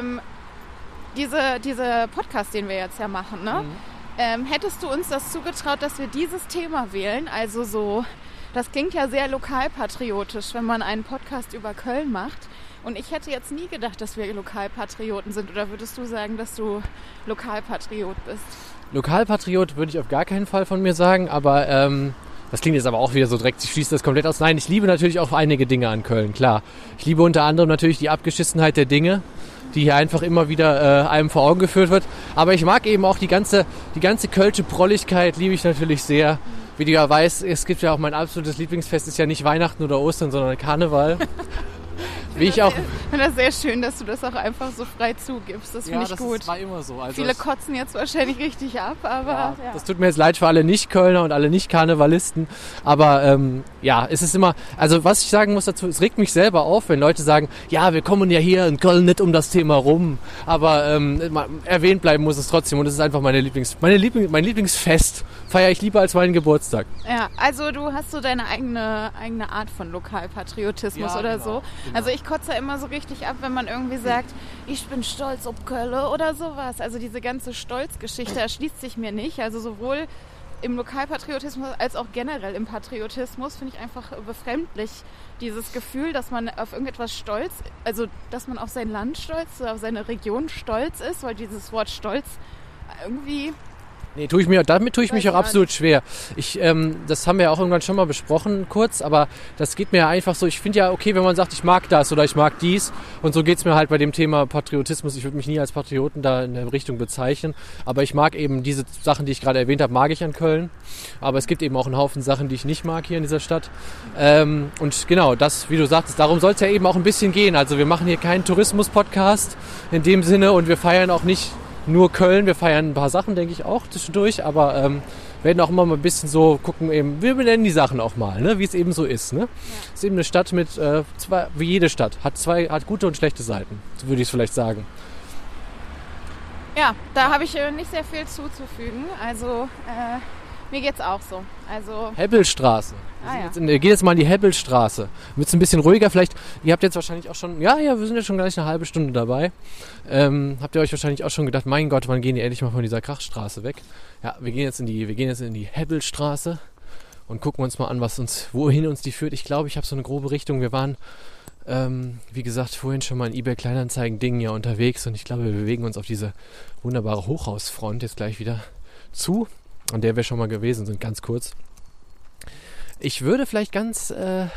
diese Podcast, den wir jetzt ja machen, ne? Hättest du uns das zugetraut, dass wir dieses Thema wählen? Also so, das klingt ja sehr lokalpatriotisch, wenn man einen Podcast über Köln macht. Und ich hätte jetzt nie gedacht, dass wir Lokalpatrioten sind. Oder würdest du sagen, dass du Lokalpatriot bist? Lokalpatriot würde ich auf gar keinen Fall von mir sagen, aber das klingt jetzt aber auch wieder so direkt, ich schließe das komplett aus. Nein, ich liebe natürlich auch einige Dinge an Köln, klar. Ich liebe unter anderem natürlich die Abgeschissenheit der Dinge, die hier einfach immer wieder einem vor Augen geführt wird. Aber ich mag eben auch die ganze kölsche Prolligkeit, liebe ich natürlich sehr. Wie du ja weißt, es gibt ja auch mein absolutes Lieblingsfest, ist ja nicht Weihnachten oder Ostern, sondern Karneval. Ich finde das sehr schön, dass du das auch einfach so frei zugibst. Das finde ich gut. Das war immer so. Also viele kotzen jetzt wahrscheinlich richtig ab, aber... Ja. Das tut mir jetzt leid für alle Nicht-Kölner und alle Nicht-Karnevalisten. Aber es ist immer... Also was ich sagen muss dazu, es regt mich selber auf, wenn Leute sagen, ja, wir kommen ja hier in Köln nicht um das Thema rum. Aber erwähnt bleiben muss es trotzdem. Und es ist einfach mein Lieblingsfest. Feiere ich lieber als meinen Geburtstag. Ja, also du hast so deine eigene Art von Lokalpatriotismus oder so. Genau. Also ich kotze immer so richtig ab, wenn man irgendwie sagt, ich bin stolz auf Kölle oder sowas. Also diese ganze Stolzgeschichte erschließt sich mir nicht. Also sowohl im Lokalpatriotismus als auch generell im Patriotismus finde ich einfach befremdlich dieses Gefühl, dass man auf irgendetwas stolz, also dass man auf sein Land stolz, auf seine Region stolz ist, weil dieses Wort Stolz irgendwie... Nee, damit tue ich mich auch absolut schwer. Das haben wir ja auch irgendwann schon mal besprochen, kurz, aber das geht mir ja einfach so, ich finde ja okay, wenn man sagt, ich mag das oder ich mag dies, und so geht es mir halt bei dem Thema Patriotismus. Ich würde mich nie als Patrioten da in der Richtung bezeichnen, aber ich mag eben diese Sachen, die ich gerade erwähnt habe, mag ich an Köln, aber es gibt eben auch einen Haufen Sachen, die ich nicht mag hier in dieser Stadt. Und genau, das, wie du sagtest, darum soll es ja eben auch ein bisschen gehen. Also wir machen hier keinen Tourismus-Podcast in dem Sinne und wir feiern auch nicht nur Köln, wir feiern ein paar Sachen, denke ich, auch zwischendurch, aber werden auch immer mal ein bisschen so gucken, eben, wir benennen die Sachen auch mal, ne, wie es eben so ist. Ne? Ja. Ist eben eine Stadt mit, wie jede Stadt, hat gute und schlechte Seiten, so würde ich es vielleicht sagen. Ja, da habe ich nicht sehr viel zuzufügen, also mir geht's auch so. Also Hebbelstraße. Wir gehen jetzt mal in die Hebbelstraße. Wird es ein bisschen ruhiger, vielleicht, ihr habt jetzt wahrscheinlich auch schon, ja, wir sind ja schon gleich eine halbe Stunde dabei. Habt ihr euch wahrscheinlich auch schon gedacht, mein Gott, wann gehen die endlich mal von dieser Krachstraße weg? Ja, wir gehen jetzt in die Hebbelstraße und gucken uns mal an, wohin uns die führt. Ich glaube, ich habe so eine grobe Richtung. Wir waren, wie gesagt, vorhin schon mal in eBay Kleinanzeigen-Dingen ja unterwegs und ich glaube, wir bewegen uns auf diese wunderbare Hochhausfront jetzt gleich wieder zu, an der wir schon mal gewesen sind, ganz kurz. Ich würde vielleicht ganz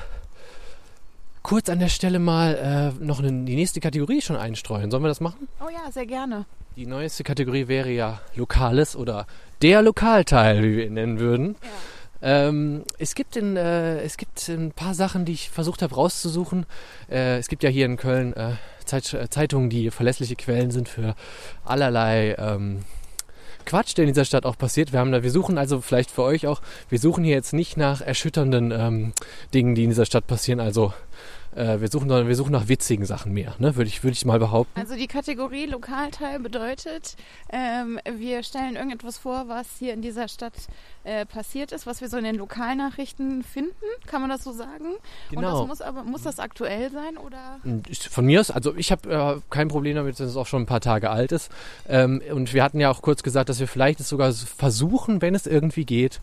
kurz an der Stelle mal noch die nächste Kategorie schon einstreuen. Sollen wir das machen? Oh ja, sehr gerne. Die neueste Kategorie wäre ja Lokales oder der Lokalteil, wie wir ihn nennen würden. Ja. Es gibt ein paar Sachen, die ich versucht habe rauszusuchen. Es gibt ja hier in Köln Zeitungen, die verlässliche Quellen sind für allerlei Quatsch, der in dieser Stadt auch passiert. Wir suchen also vielleicht für euch auch, wir suchen hier jetzt nicht nach erschütternden Dingen, die in dieser Stadt passieren, also wir suchen nach witzigen Sachen mehr, ne? Würde ich mal behaupten. Also die Kategorie Lokalteil bedeutet, wir stellen irgendetwas vor, was hier in dieser Stadt passiert ist, was wir so in den Lokalnachrichten finden, kann man das so sagen? Genau. Und das muss das aktuell sein, oder? Von mir aus, also ich habe kein Problem damit, dass es auch schon ein paar Tage alt ist. Und wir hatten ja auch kurz gesagt, dass wir vielleicht es sogar versuchen, wenn es irgendwie geht,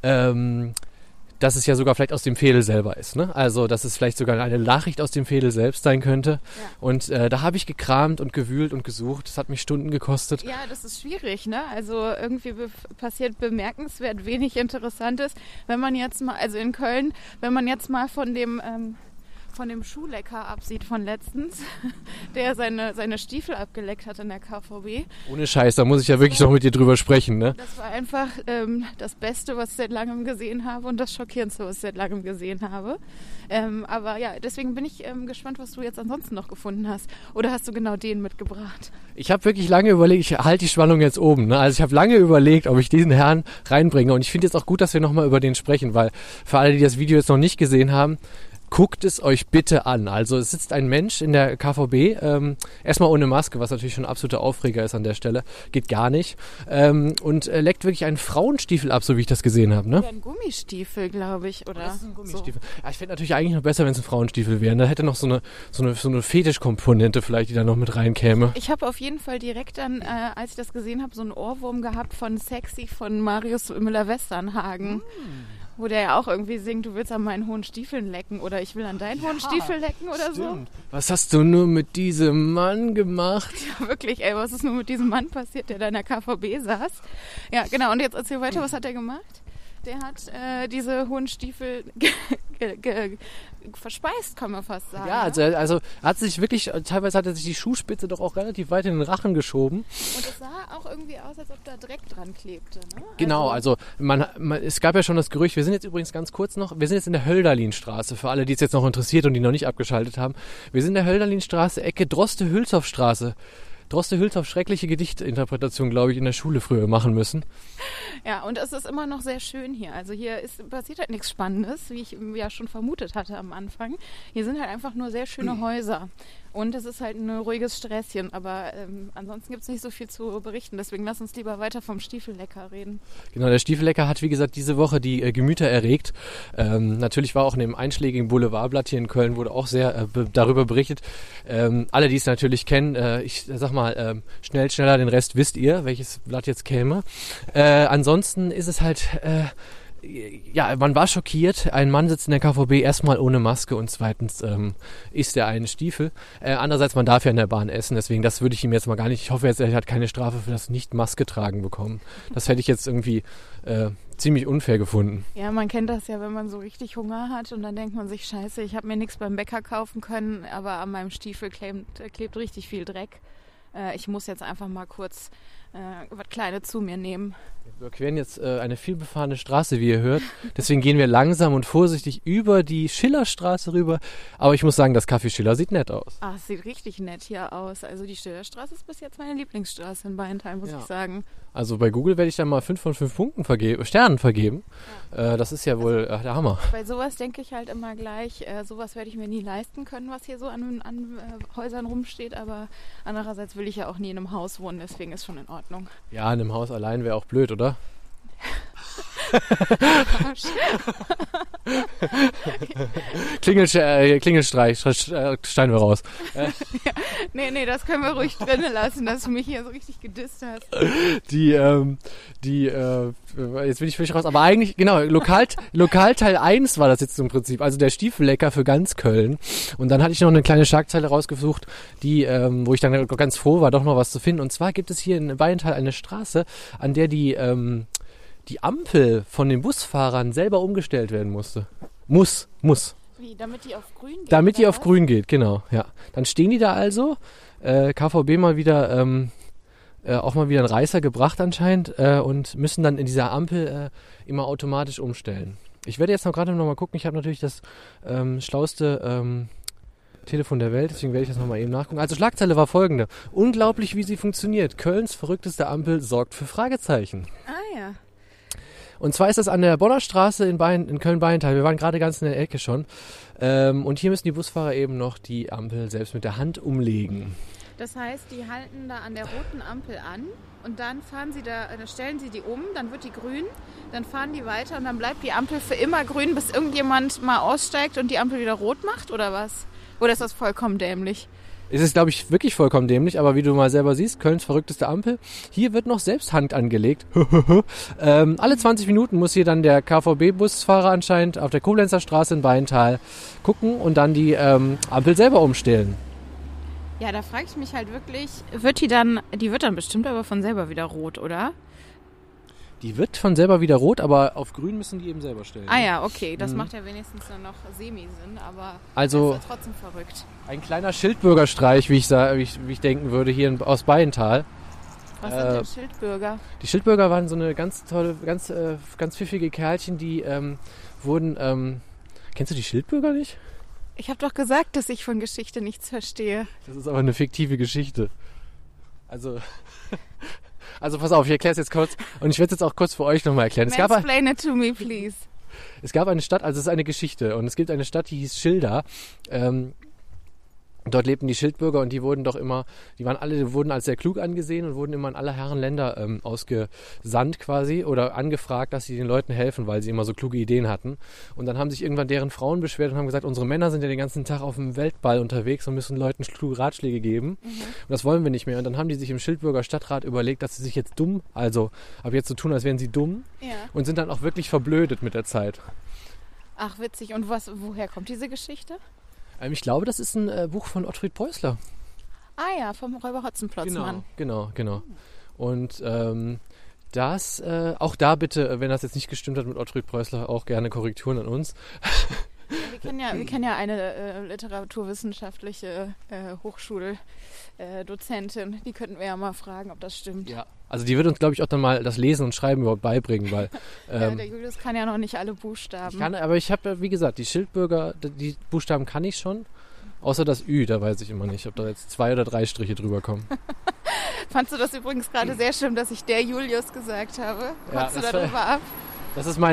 dass es ja sogar vielleicht aus dem Veedel selber ist. Ne? Also, dass es vielleicht sogar eine Nachricht aus dem Veedel selbst sein könnte. Ja. Und da habe ich gekramt und gewühlt und gesucht. Das hat mich Stunden gekostet. Ja, das ist schwierig, ne? Also irgendwie passiert bemerkenswert wenig Interessantes. Wenn man jetzt mal, also in Köln, wenn man jetzt mal von dem Schuhlecker absieht von letztens, der seine Stiefel abgeleckt hat in der KVB. Ohne Scheiß, da muss ich ja wirklich noch mit dir drüber sprechen, ne? Das war einfach das Beste, was ich seit langem gesehen habe und das Schockierendste, was ich seit langem gesehen habe. Aber ja, deswegen bin ich gespannt, was du jetzt ansonsten noch gefunden hast. Oder hast du genau den mitgebracht? Ich habe wirklich lange überlegt, ich halte die Spannung jetzt oben, ne? Also ich habe lange überlegt, ob ich diesen Herrn reinbringe und ich finde jetzt auch gut, dass wir nochmal über den sprechen, weil für alle, die das Video jetzt noch nicht gesehen haben, guckt es euch bitte an. Also es sitzt ein Mensch in der KVB, erstmal ohne Maske, was natürlich schon ein absoluter Aufreger ist an der Stelle. Geht gar nicht. Und leckt wirklich einen Frauenstiefel ab, so wie ich das gesehen habe. Ne? Ja, ein Gummistiefel, glaube ich, oder? Das ist ein Gummistiefel. So. Ja, ich fände natürlich eigentlich noch besser, wenn es ein Frauenstiefel wäre. Da hätte noch so eine Fetischkomponente vielleicht, die da noch mit reinkäme. Ich habe auf jeden Fall direkt dann, als ich das gesehen habe, so einen Ohrwurm gehabt von Sexy von Marius Müller-Westernhagen. Wo der ja auch irgendwie singt, du willst an meinen hohen Stiefeln lecken oder ich will an deinen hohen Stiefel lecken oder stimmt. So. Was hast du nur mit diesem Mann gemacht? Ja, wirklich, ey, was ist nur mit diesem Mann passiert, der da in der KVB saß? Ja, genau, und jetzt erzähl weiter, was hat er gemacht? Der hat diese hohen Stiefel verspeist, kann man fast sagen. Ja, also hat sich wirklich, teilweise hat er sich die Schuhspitze doch auch relativ weit in den Rachen geschoben. Und es sah auch irgendwie aus, als ob da Dreck dran klebte, ne? Genau, also es gab ja schon das Gerücht, wir sind jetzt übrigens ganz kurz noch, wir sind jetzt in der Hölderlinstraße, für alle, die es jetzt noch interessiert und die noch nicht abgeschaltet haben. Wir sind in der Hölderlinstraße, Ecke Droste-Hülshoff-Straße. Droste Hülshoff schreckliche Gedichtinterpretation, glaube ich, in der Schule früher machen müssen. Ja, und es ist immer noch sehr schön hier. Also hier passiert halt nichts Spannendes, wie ich ja schon vermutet hatte am Anfang. Hier sind halt einfach nur sehr schöne Häuser. Und es ist halt ein ruhiges Sträßchen. Aber ansonsten gibt es nicht so viel zu berichten. Deswegen lass uns lieber weiter vom Stiefellecker reden. Genau, der Stiefellecker hat, wie gesagt, diese Woche die Gemüter erregt. Natürlich war auch in dem einschlägigen Boulevardblatt hier in Köln, wurde auch sehr darüber berichtet. Alle, die es natürlich kennen, ich sag mal, schneller, den Rest wisst ihr, welches Blatt jetzt käme. Ansonsten ist es halt, man war schockiert. Ein Mann sitzt in der KVB erstmal ohne Maske und zweitens isst er einen Stiefel. Andererseits, man darf ja in der Bahn essen, deswegen das würde ich ihm jetzt mal gar nicht, ich hoffe jetzt, er hat keine Strafe für das Nicht-Maske tragen bekommen. Das hätte ich jetzt irgendwie ziemlich unfair gefunden. Ja, man kennt das ja, wenn man so richtig Hunger hat und dann denkt man sich, scheiße, ich habe mir nichts beim Bäcker kaufen können, aber an meinem Stiefel klebt richtig viel Dreck. Ich muss jetzt einfach mal kurz was Kleines zu mir nehmen. Wir überqueren jetzt eine vielbefahrene Straße, wie ihr hört. Deswegen gehen wir langsam und vorsichtig über die Schillerstraße rüber. Aber ich muss sagen, das Café Schiller sieht nett aus. Ach, es sieht richtig nett hier aus. Also die Schillerstraße ist bis jetzt meine Lieblingsstraße in Beintal, muss ich sagen. Also bei Google werde ich dann mal 5 von 5 Sternen vergeben. Ja. Das ist ja wohl der Hammer. Bei sowas denke ich halt immer gleich, sowas werde ich mir nie leisten können, was hier so an Häusern rumsteht. Aber andererseits will ich ja auch nie in einem Haus wohnen, deswegen ist schon in Ordnung. Ja, in einem Haus allein wäre auch blöd, oder? Klingelstreich, schneiden wir raus. Nee, das können wir ruhig drinnen lassen, dass du mich hier so richtig gedisst hast. Jetzt bin ich völlig raus, aber eigentlich, genau, Lokalteil 1 war das jetzt im Prinzip, also der Stiefellecker für ganz Köln. Und dann hatte ich noch eine kleine Schlagzeile rausgesucht, wo ich dann ganz froh war, doch noch was zu finden. Und zwar gibt es hier in Beintal eine Straße, an der die Ampel von den Busfahrern selber umgestellt werden musste. Muss. Wie, damit die auf grün geht? Damit die auf grün geht, genau, ja. Dann stehen die da also, KVB mal wieder, auch mal wieder einen Reißer gebracht anscheinend und müssen dann in dieser Ampel immer automatisch umstellen. Ich werde jetzt gerade noch mal gucken, ich habe natürlich das schlauste Telefon der Welt, deswegen werde ich das nochmal eben nachgucken. Also Schlagzeile war folgende. Unglaublich, wie sie funktioniert. Kölns verrückteste Ampel sorgt für Fragezeichen. Ah ja. Und zwar ist das an der Bonner Straße in Köln-Beintal. Wir waren gerade ganz in der Ecke schon. Und hier müssen die Busfahrer eben noch die Ampel selbst mit der Hand umlegen. Das heißt, die halten da an der roten Ampel an und dann stellen sie die um, dann wird die grün, dann fahren die weiter und dann bleibt die Ampel für immer grün, bis irgendjemand mal aussteigt und die Ampel wieder rot macht, oder was? Oder ist das vollkommen dämlich? Es ist, glaube ich, wirklich vollkommen dämlich, aber wie du mal selber siehst, Kölns verrückteste Ampel, hier wird noch selbst Hand angelegt. Alle 20 Minuten muss hier dann der KVB-Busfahrer anscheinend auf der Koblenzer Straße in Beintal gucken und dann die Ampel selber umstellen. Ja, da frage ich mich halt wirklich, die wird dann bestimmt aber von selber wieder rot, oder? Die wird von selber wieder rot, aber auf grün müssen die eben selber stellen. Ah ja, okay, das macht ja wenigstens dann noch Semi-Sinn, aber also, das ist ja trotzdem verrückt. Ein kleiner Schildbürgerstreich, wie ich denken würde, hier aus Beintal. Was sind denn Schildbürger? Die Schildbürger waren so eine ganz tolle, ganz pfiffige Kerlchen, die wurden... kennst du die Schildbürger nicht? Ich habe doch gesagt, dass ich von Geschichte nichts verstehe. Das ist aber eine fiktive Geschichte. Also pass auf, ich erkläre es jetzt kurz und ich werde es jetzt auch kurz für euch nochmal erklären. Explain it to me, please. Es gab eine Stadt, also es ist eine Geschichte und es gibt eine Stadt, die hieß Schilda. Dort lebten die Schildbürger und die wurden wurden als sehr klug angesehen und wurden immer in aller Herren Länder ausgesandt quasi oder angefragt, dass sie den Leuten helfen, weil sie immer so kluge Ideen hatten. Und dann haben sich irgendwann deren Frauen beschwert und haben gesagt, unsere Männer sind ja den ganzen Tag auf dem Weltball unterwegs und müssen Leuten kluge Ratschläge geben. Und das wollen wir nicht mehr. Und dann haben die sich im Schildbürger Stadtrat überlegt, dass sie sich jetzt ab jetzt so tun, als wären sie dumm und sind dann auch wirklich verblödet mit der Zeit. Und witzig. Und woher kommt diese Geschichte? Ich glaube, das ist ein Buch von Ottfried Preußler. Ah ja, vom Räuber Hotzenplotz-Mann. Genau. Und auch da bitte, wenn das jetzt nicht gestimmt hat mit Ottfried Preußler, auch gerne Korrekturen an uns. Ja, wir kennen ja eine literaturwissenschaftliche Hochschuldozentin. Die könnten wir ja mal fragen, ob das stimmt. Ja, also die wird uns, glaube ich, auch dann mal das Lesen und Schreiben überhaupt beibringen, weil... der Julius kann ja noch nicht alle Buchstaben. Aber ich habe ja, wie gesagt, die Schildbürger, die Buchstaben kann ich schon. Außer das Ü, da weiß ich immer nicht, ob da jetzt 2 oder 3 Striche drüber kommen. Fandst du das übrigens gerade sehr schlimm, dass ich der Julius gesagt habe? Ja, Kommst du darüber ab? Das ist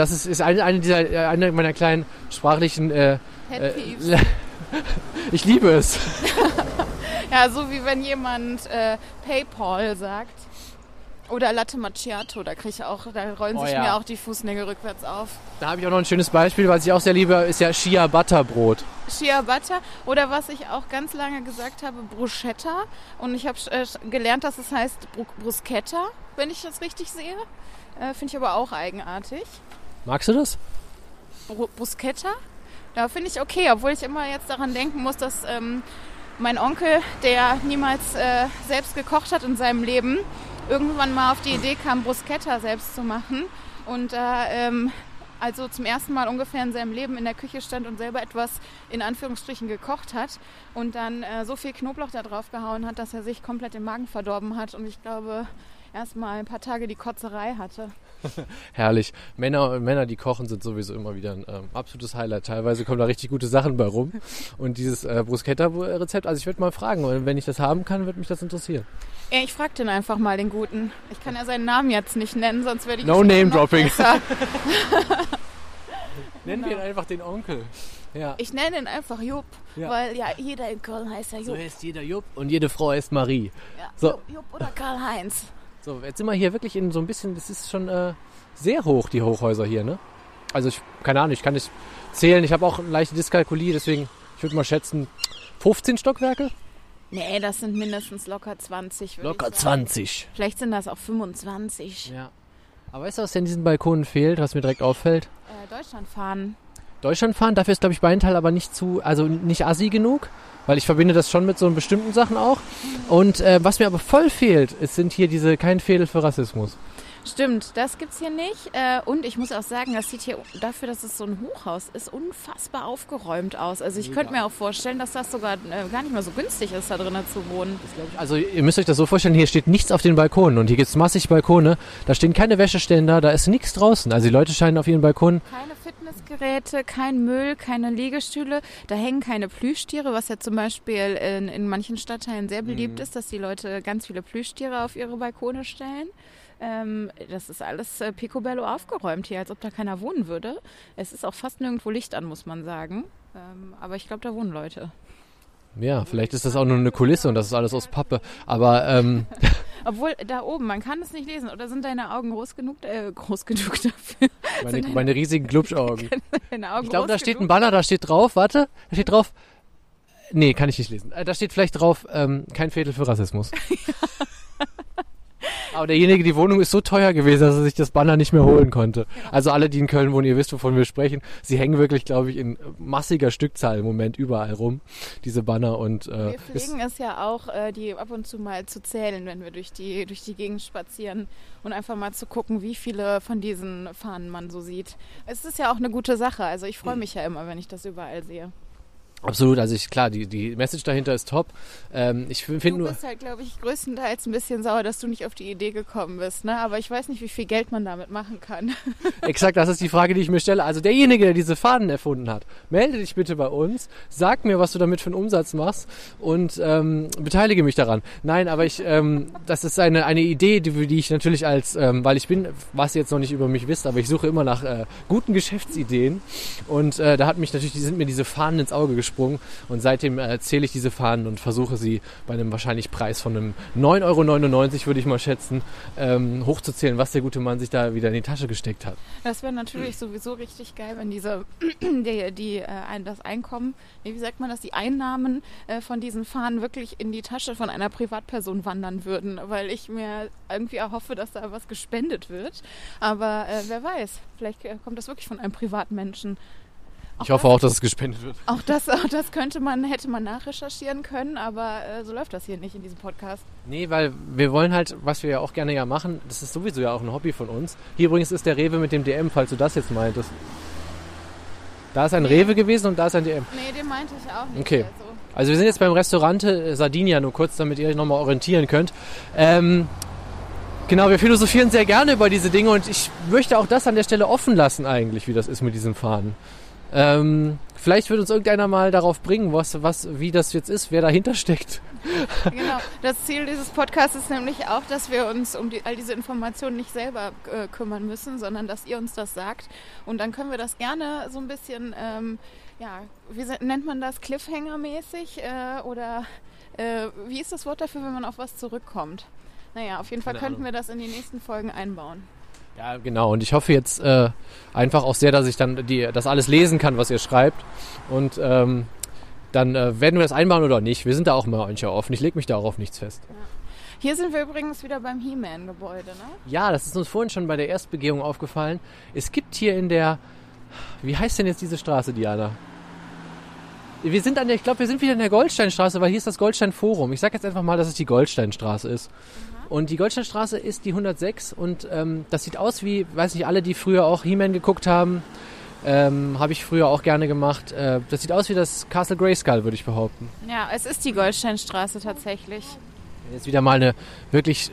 eine meiner kleinen sprachlichen Pet-Peeves. Ich liebe es. Ja, so wie wenn jemand PayPal sagt. Oder Latte Macchiato, da rollen sich mir auch die Fußnägel rückwärts auf. Da habe ich auch noch ein schönes Beispiel, was ich auch sehr liebe, ist ja Shea Butter Brot. Shea Butter oder was ich auch ganz lange gesagt habe, Bruschetta. Und ich habe gelernt, dass es heißt Bruschetta, wenn ich das richtig sehe. Finde ich aber auch eigenartig. Magst du das? Bruschetta? Ja, finde ich okay, obwohl ich immer jetzt daran denken muss, dass mein Onkel, der niemals selbst gekocht hat in seinem Leben, irgendwann mal auf die Idee kam, Bruschetta selbst zu machen und also zum ersten Mal ungefähr in seinem Leben in der Küche stand und selber etwas in Anführungsstrichen gekocht hat und dann so viel Knoblauch da drauf gehauen hat, dass er sich komplett den Magen verdorben hat und ich glaube erst mal ein paar Tage die Kotzerei hatte. Herrlich. Männer, die kochen, sind sowieso immer wieder ein absolutes Highlight. Teilweise kommen da richtig gute Sachen bei rum. Und dieses Bruschetta-Rezept, also ich würde mal fragen, und wenn ich das haben kann, würde mich das interessieren. Ja, ich frage den einfach mal, den Guten. Ich kann ja seinen Namen jetzt nicht nennen, sonst werde ich No Name Dropping. Nennen wir ihn Genau. einfach den Onkel. Ja. Ich nenne ihn einfach Jupp, Ja. weil ja jeder in Köln heißt ja Jupp. So heißt jeder Jupp und jede Frau heißt Marie. Ja, So. Jupp oder Karl-Heinz. So, jetzt sind wir hier wirklich in so ein bisschen, das ist schon sehr hoch, die Hochhäuser hier, ne? Also keine Ahnung, ich kann nicht zählen, ich habe auch eine leichte Dyskalkulie, deswegen, ich würde mal schätzen, 15 Stockwerke? Nee, das sind mindestens locker 20, würde Locker ich sagen. 20. Vielleicht sind das auch 25. Ja. Aber weißt du, was denn in diesen Balkonen fehlt, was mir direkt auffällt? Deutschland fahren. Deutschland fahren, dafür ist, glaube ich, Beintal aber nicht nicht assi genug, weil ich verbinde das schon mit so bestimmten Sachen auch. Und was mir aber voll fehlt, sind hier kein Fädel für Rassismus. Stimmt, das gibt's hier nicht. Und ich muss auch sagen, das sieht hier dafür, dass es so ein Hochhaus ist, unfassbar aufgeräumt aus. Also ich könnte mir auch vorstellen, dass das sogar gar nicht mehr so günstig ist, da drinnen zu wohnen. Also ihr müsst euch das so vorstellen, hier steht nichts auf den Balkonen und hier gibt es massig Balkone. Da stehen keine Wäscheständer, da ist nichts draußen. Also die Leute scheinen auf ihren Balkonen... Keine Fitnessgeräte, kein Müll, keine Liegestühle. Da hängen keine Plüschtiere, was ja zum Beispiel in manchen Stadtteilen sehr beliebt ist, dass die Leute ganz viele Plüschtiere auf ihre Balkone stellen. Das ist alles picobello aufgeräumt hier, als ob da keiner wohnen würde. Es ist auch fast nirgendwo Licht an, muss man sagen. Aber ich glaube, da wohnen Leute. Ja, vielleicht ist das auch nur eine Kulisse und das ist alles aus Pappe. Aber Obwohl, da oben, man kann es nicht lesen. Oder sind deine Augen groß genug dafür? meine riesigen Glubschaugen. Deine Augen Ich glaube, da groß steht ein genug? Banner, da steht drauf, warte, da steht drauf, nee, kann ich nicht lesen. Da steht vielleicht drauf, kein Fädel für Rassismus. Aber derjenige, die Wohnung ist so teuer gewesen, dass er sich das Banner nicht mehr holen konnte. Also alle, die in Köln wohnen, ihr wisst, wovon wir sprechen. Sie hängen wirklich, glaube ich, in massiger Stückzahl im Moment überall rum, diese Banner. Und wir pflegen es ja auch, die ab und zu mal zu zählen, wenn wir durch die Gegend spazieren und einfach mal zu gucken, wie viele von diesen Fahnen man so sieht. Es ist ja auch eine gute Sache. Also ich freue mich ja immer, wenn ich das überall sehe. Absolut, also klar, die Message dahinter ist top. Ich finde Du bist halt, glaube ich, größtenteils ein bisschen sauer, dass du nicht auf die Idee gekommen bist, ne? Aber ich weiß nicht, wie viel Geld man damit machen kann. Exakt, das ist die Frage, die ich mir stelle. Also derjenige, der diese Fahnen erfunden hat, melde dich bitte bei uns, sag mir, was du damit für einen Umsatz machst und beteilige mich daran. Nein, aber das ist eine Idee, die ich natürlich weil ich bin, was ihr jetzt noch nicht über mich wisst, aber ich suche immer nach guten Geschäftsideen und da sind mir diese Fahnen ins Auge gesprungen und seitdem zähle ich diese Fahnen und versuche sie bei einem wahrscheinlich Preis von einem 9,99 € würde ich mal schätzen, hochzuzählen, was der gute Mann sich da wieder in die Tasche gesteckt hat. Das wäre natürlich sowieso richtig geil, wenn das Einkommen, wie sagt man das, die Einnahmen von diesen Fahnen wirklich in die Tasche von einer Privatperson wandern würden, weil ich mir irgendwie erhoffe, dass da was gespendet wird. Aber wer weiß, vielleicht kommt das wirklich von einem Privatmenschen. Ich hoffe auch, dass es gespendet wird. Auch das hätte man nachrecherchieren können, aber so läuft das hier nicht in diesem Podcast. Nee, weil wir wollen halt, was wir ja auch gerne machen, das ist sowieso ja auch ein Hobby von uns. Hier übrigens ist der Rewe mit dem DM, falls du das jetzt meintest. Da ist ein Rewe gewesen und da ist ein DM. Nee, den meinte ich auch nicht. Okay. Also wir sind jetzt beim Restaurant Sardinia, nur kurz, damit ihr euch nochmal orientieren könnt. Genau, wir philosophieren sehr gerne über diese Dinge und ich möchte auch das an der Stelle offen lassen eigentlich, wie das ist mit diesen Fahnen. Vielleicht wird uns irgendeiner mal darauf bringen, wie das jetzt ist, wer dahinter steckt. Genau. Das Ziel dieses Podcasts ist nämlich auch, dass wir uns um all diese Informationen nicht selber kümmern müssen, sondern dass ihr uns das sagt. Und dann können wir das gerne so ein bisschen, wie nennt man das, Cliffhanger-mäßig oder wie ist das Wort dafür, wenn man auf was zurückkommt? Naja, auf jeden Fall könnten wir das in die nächsten Folgen einbauen. Ja, genau. Und ich hoffe jetzt einfach auch sehr, dass ich dann das alles lesen kann, was ihr schreibt. Und dann werden wir das einbauen oder nicht. Wir sind da auch mal offen. Ich lege mich da auch auf nichts fest. Ja. Hier sind wir übrigens wieder beim He-Man-Gebäude, ne? Ja, das ist uns vorhin schon bei der Erstbegehung aufgefallen. Es gibt hier in der... Wie heißt denn jetzt diese Straße, Diana? Ich glaube, wir sind wieder in der Goldsteinstraße, weil hier ist das Goldstein-Forum. Ich sage jetzt einfach mal, dass es die Goldsteinstraße ist. Und die Goldsteinstraße ist die 106 und das sieht aus wie, weiß nicht, alle, die früher auch He-Man geguckt haben, habe ich früher auch gerne gemacht. Das sieht aus wie das Castle Grayskull, würde ich behaupten. Ja, es ist die Goldsteinstraße tatsächlich. Jetzt wieder mal eine wirklich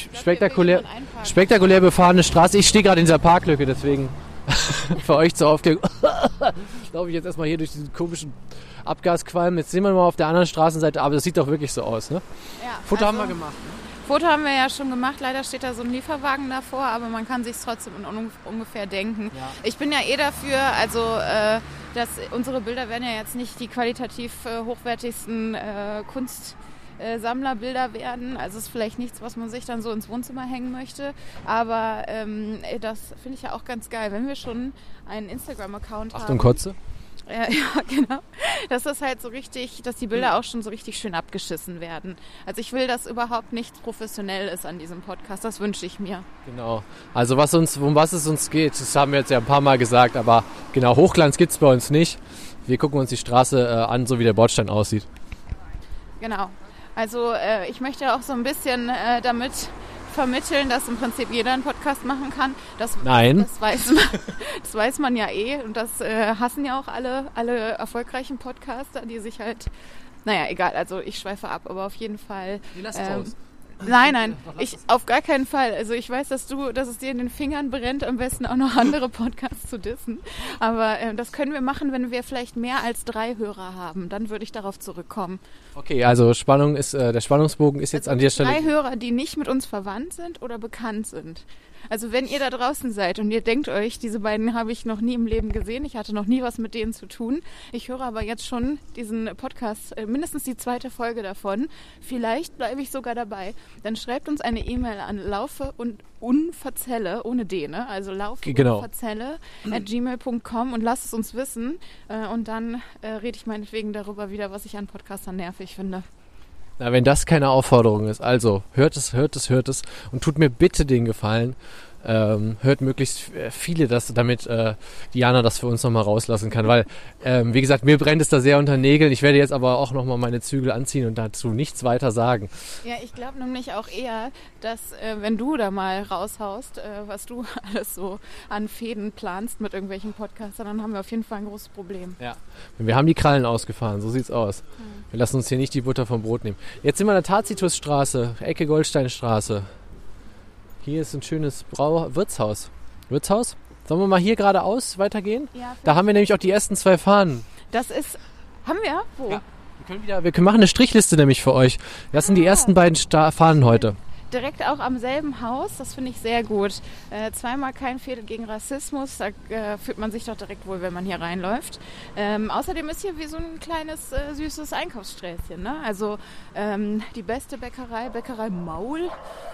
spektakulär befahrene Straße. Ich stehe gerade in dieser Parklücke, deswegen für euch zur Aufklärung laufe ich jetzt erstmal hier durch diesen komischen Abgasqualm. Jetzt sehen wir mal auf der anderen Straßenseite, aber das sieht doch wirklich so aus, ne? Ja, Foto haben wir gemacht. Foto haben wir ja schon gemacht. Leider steht da so ein Lieferwagen davor, aber man kann sich trotzdem ungefähr denken. Ja. Ich bin ja dafür, also dass unsere Bilder werden ja jetzt nicht die qualitativ hochwertigsten Kunstsammlerbilder werden. Also es ist vielleicht nichts, was man sich dann so ins Wohnzimmer hängen möchte. Aber das finde ich ja auch ganz geil, wenn wir schon einen Instagram-Account haben. Achtung, Kotze. Ja, genau. Dass das halt so richtig, dass die Bilder auch schon so richtig schön abgeschissen werden. Also ich will, dass überhaupt nichts professionell ist an diesem Podcast. Das wünsche ich mir. Genau. Also um was es uns geht, das haben wir jetzt ja ein paar Mal gesagt, aber genau, Hochglanz gibt es bei uns nicht. Wir gucken uns die Straße an, so wie der Bordstein aussieht. Genau. Also ich möchte auch so ein bisschen damit vermitteln, dass im Prinzip jeder einen Podcast machen kann. Nein. Das weiß man ja und das hassen ja auch alle erfolgreichen Podcaster, die sich halt, naja, egal, also ich schweife ab, aber auf jeden Fall. Die lassen raus. Nein, auf gar keinen Fall. Also ich weiß, dass es dir in den Fingern brennt, am besten auch noch andere Podcasts zu dissen. Aber das können wir machen, wenn wir vielleicht mehr als 3 Hörer haben. Dann würde ich darauf zurückkommen. Okay, also der Spannungsbogen ist jetzt an der Stelle... 3 Hörer, die nicht mit uns verwandt sind oder bekannt sind. Also wenn ihr da draußen seid und ihr denkt euch, diese beiden habe ich noch nie im Leben gesehen, ich hatte noch nie was mit denen zu tun, ich höre aber jetzt schon diesen Podcast, mindestens die 2. Folge davon, vielleicht bleibe ich sogar dabei, dann schreibt uns eine E-Mail an laufe und unverzelle, ohne D, ne? Also laufe@gmail.com und lasst es uns wissen und dann rede ich meinetwegen darüber wieder, was ich an Podcastern nervig finde. Na, wenn das keine Aufforderung ist, also hört es und tut mir bitte den Gefallen, hört möglichst viele, damit Diana das für uns nochmal rauslassen kann, weil, wie gesagt, mir brennt es da sehr unter Nägeln. Ich werde jetzt aber auch nochmal meine Zügel anziehen und dazu nichts weiter sagen. Ja, ich glaube nämlich auch eher, dass wenn du da mal raushaust, was du alles so an Fäden planst mit irgendwelchen Podcastern, dann haben wir auf jeden Fall ein großes Problem. Ja, wir haben die Krallen ausgefahren, so sieht's aus. Wir lassen uns hier nicht die Butter vom Brot nehmen. Jetzt sind wir an der Tacitusstraße, Ecke Goldsteinstraße. Hier ist ein schönes Wirtshaus. Wirtshaus? Sollen wir mal hier geradeaus weitergehen? Ja, da haben wir nämlich auch die ersten 2 Fahnen. Haben wir? Wo? Ja, wir machen eine Strichliste nämlich für euch. Das sind die ersten beiden Fahnen heute. Direkt auch am selben Haus, das finde ich sehr gut. 2-mal kein Fehde gegen Rassismus, da fühlt man sich doch direkt wohl, wenn man hier reinläuft. Außerdem ist hier wie so ein kleines, süßes Einkaufssträßchen, ne? Also die beste Bäckerei Maul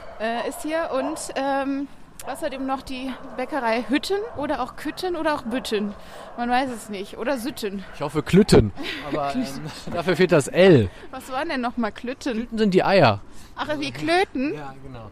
ist hier und außerdem noch die Bäckerei Hütten oder auch Kütten oder auch Bütten. Man weiß es nicht. Oder Sütten. Ich hoffe Klütten, aber dafür fehlt das L. Was waren denn nochmal Klütten? Klütten sind die Eier. Ach, wie Klöten? Ja, genau.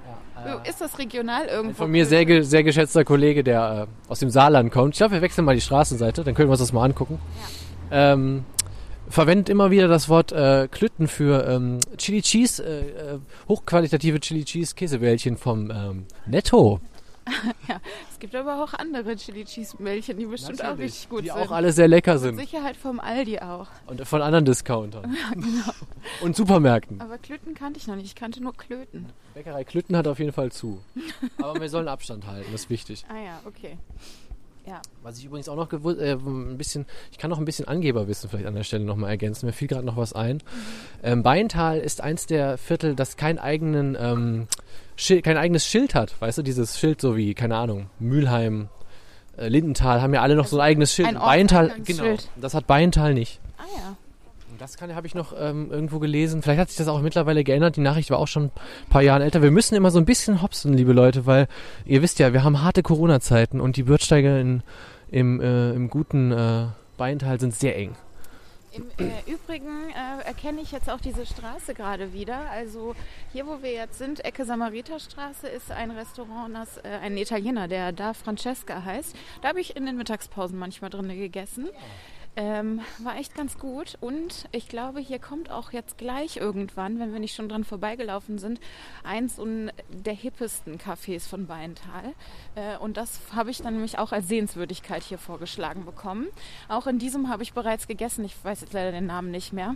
Ist das regional irgendwo? Ein von mir sehr geschätzter Kollege, der aus dem Saarland kommt. Ich glaube, wir wechseln mal die Straßenseite, dann können wir uns das mal angucken. Ja. Verwendet immer wieder das Wort Klütten für Chili Cheese, hochqualitative Chili Cheese Käsebällchen vom Netto. Ja, es gibt aber auch andere Chili Cheese Bällchen, die bestimmt auch richtig gut sind. Die auch alle sehr lecker sind. Mit Sicherheit vom Aldi auch. Und von anderen Discountern. Ja, genau. Und Supermärkten. Aber Klütten kannte ich noch nicht, ich kannte nur Klöten. Bäckerei Klütten hat auf jeden Fall zu. Aber wir sollen Abstand halten, das ist wichtig. Ah ja, okay. Ja. Was ich übrigens auch noch ich kann noch ein bisschen Angeberwissen vielleicht an der Stelle nochmal ergänzen. Mir fiel gerade noch was ein. Beintal ist eins der Viertel, das kein eigenes Schild hat. Weißt du, dieses Schild so wie, keine Ahnung, Mülheim, Lindenthal haben ja alle noch so ein eigenes Schild. Beintal, genau, Schild. das hat Beintal nicht. Ah ja. Das habe ich noch irgendwo gelesen. Vielleicht hat sich das auch mittlerweile geändert. Die Nachricht war auch schon ein paar Jahre älter. Wir müssen immer so ein bisschen hopsen, liebe Leute, weil ihr wisst ja, wir haben harte Corona-Zeiten und die Bürgersteige im guten Beintal sind sehr eng. Im Übrigen erkenne ich jetzt auch diese Straße gerade wieder. Also hier, wo wir jetzt sind, Ecke Samariterstraße, ist ein Restaurant, das ein Italiener, der Da Francesca heißt. Da habe ich in den Mittagspausen manchmal drin gegessen. War echt ganz gut und ich glaube, hier kommt auch jetzt gleich irgendwann, wenn wir nicht schon dran vorbeigelaufen sind, eins der hippesten Cafés von Beintal. Und das habe ich dann nämlich auch als Sehenswürdigkeit hier vorgeschlagen bekommen. Auch in diesem habe ich bereits gegessen, ich weiß jetzt leider den Namen nicht mehr.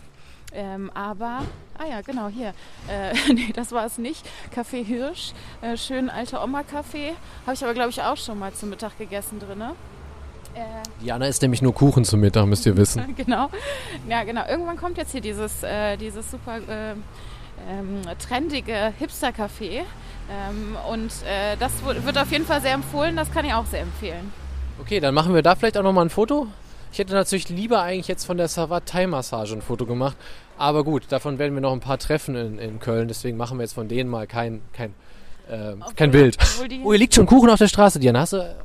Genau, hier. Nee, das war es nicht. Café Hirsch, schön alter Oma-Café. Habe ich aber, glaube ich, auch schon mal zum Mittag gegessen drin. Diana isst nämlich nur Kuchen zum Mittag, müsst ihr wissen. Genau. Ja, genau. Irgendwann kommt jetzt hier dieses super trendige Hipster-Café. Das wird auf jeden Fall sehr empfohlen. Das kann ich auch sehr empfehlen. Okay, dann machen wir da vielleicht auch nochmal ein Foto. Ich hätte natürlich lieber eigentlich jetzt von der Savat Thai Massage ein Foto gemacht. Aber gut, davon werden wir noch ein paar treffen in Köln. Deswegen machen wir jetzt von denen mal kein Bild. Oh, hier liegt schon Kuchen auf der Straße, Diana. Hast du...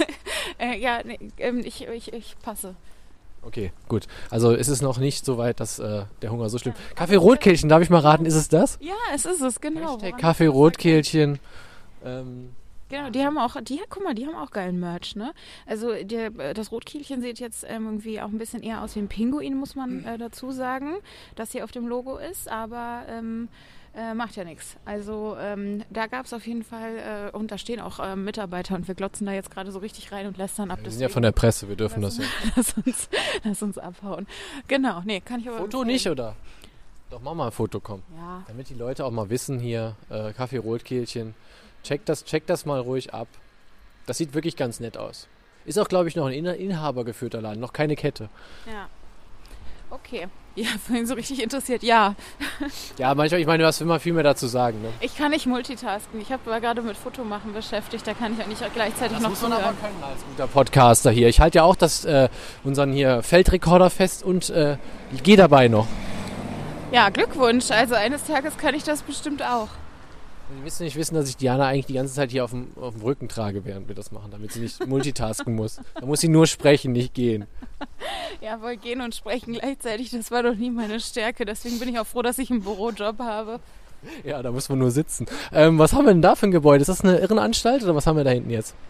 Ich passe. Okay, gut. Also ist es noch nicht so weit, dass der Hunger so schlimm ist. Kaffee Rotkehlchen, darf ich mal raten, ist es das? Ja, es ist es, genau. Kaffee Rotkehlchen. Genau, die haben auch geilen Merch, ne? Also das Rotkehlchen sieht jetzt irgendwie auch ein bisschen eher aus wie ein Pinguin, muss man dazu sagen, das hier auf dem Logo ist, aber macht ja nichts. Also da gab es auf jeden Fall, und da stehen auch Mitarbeiter und wir glotzen da jetzt gerade so richtig rein und lästern ab. Wir sind ja von der Presse, wir dürfen das ja. Lass uns abhauen. Genau, nee, kann ich aber... Foto nicht, oder? Doch, mach mal ein Foto, komm. Ja. Damit die Leute auch mal wissen hier, Kaffee Rotkehlchen. Check das mal ruhig ab. Das sieht wirklich ganz nett aus. Ist auch, glaube ich, noch ein inhabergeführter Laden, noch keine Kette. Ja. Okay. Ja, vorhin so richtig interessiert, ja. Ja, manchmal, ich meine, du hast immer viel mehr dazu sagen, ne? Ich kann nicht multitasken. Ich habe gerade mit Fotomachen beschäftigt, da kann ich auch nicht gleichzeitig das noch muss man zuhören. aber können als guter Podcaster hier. Ich halte ja auch unseren hier Feldrekorder fest und gehe dabei noch. Ja, Glückwunsch. Also eines Tages kann ich das bestimmt auch. Wir müssen nicht wissen, dass ich Diana eigentlich die ganze Zeit hier auf dem Rücken trage, während wir das machen, damit sie nicht multitasken muss. Da muss sie nur sprechen, nicht gehen. Ja, wohl gehen und sprechen gleichzeitig, das war doch nie meine Stärke. Deswegen bin ich auch froh, dass ich einen Bürojob habe. Ja, da muss man nur sitzen. Was haben wir denn da für ein Gebäude? Ist das eine Irrenanstalt oder was haben wir da hinten jetzt?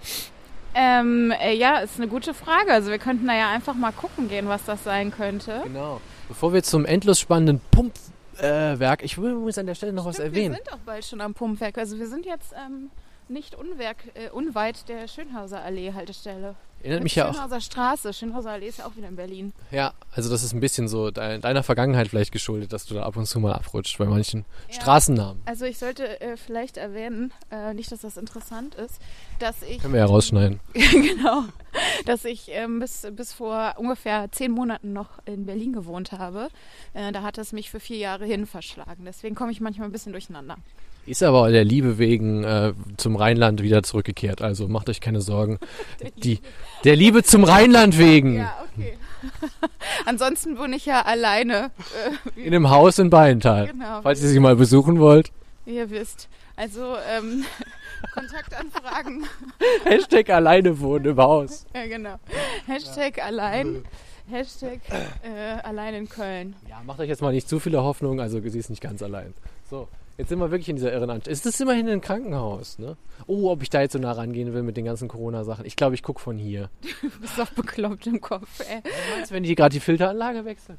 Ja, ist eine gute Frage. Also wir könnten da ja einfach mal gucken gehen, was das sein könnte. Genau. Bevor wir zum endlos spannenden Pumpwerk, ich will übrigens an der Stelle noch was erwähnen. Wir sind auch bald schon am Pumpwerk. Also wir sind jetzt nicht unweit der Schönhauser Allee-Haltestelle. Erinnert mich ja auch. Schönhauser Straße. Schönhauser Allee ist ja auch wieder in Berlin. Ja, also das ist ein bisschen so deiner Vergangenheit vielleicht geschuldet, dass du da ab und zu mal abrutscht bei manchen Straßennamen. Also ich sollte vielleicht erwähnen, nicht, dass das interessant ist, dass ich... Können wir ja rausschneiden. Genau. Dass ich bis vor ungefähr 10 Monaten noch in Berlin gewohnt habe. Da hat es mich für 4 Jahre hin verschlagen. Deswegen komme ich manchmal ein bisschen durcheinander. Ist aber der Liebe wegen zum Rheinland wieder zurückgekehrt. Also macht euch keine Sorgen. Der Liebe zum Rheinland wegen. Ja, okay. Ansonsten wohne ich ja alleine. In einem Haus in Beintal. Genau. Falls ihr sie mal besuchen wollt. Wie ihr wisst. Also Kontaktanfragen. Hashtag alleine wohnen im Haus. Ja, genau. Hashtag allein. Hashtag allein in Köln. Ja, macht euch jetzt mal nicht zu viele Hoffnungen. Also sie ist nicht ganz allein. So. Jetzt sind wir wirklich in dieser Irrenanstalt. Ist das immerhin ein Krankenhaus, ne? Oh, ob ich da jetzt so nah rangehen will mit den ganzen Corona-Sachen. Ich glaube, ich gucke von hier. Du bist doch bekloppt im Kopf, ey. Was meinst du, wenn die gerade die Filteranlage wechseln?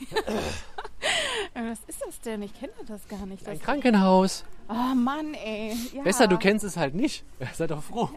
Was ist das denn? Ich kenne das gar nicht. Ein Krankenhaus. Oh Mann, ey. Ja. Besser, du kennst es halt nicht. Sei doch froh.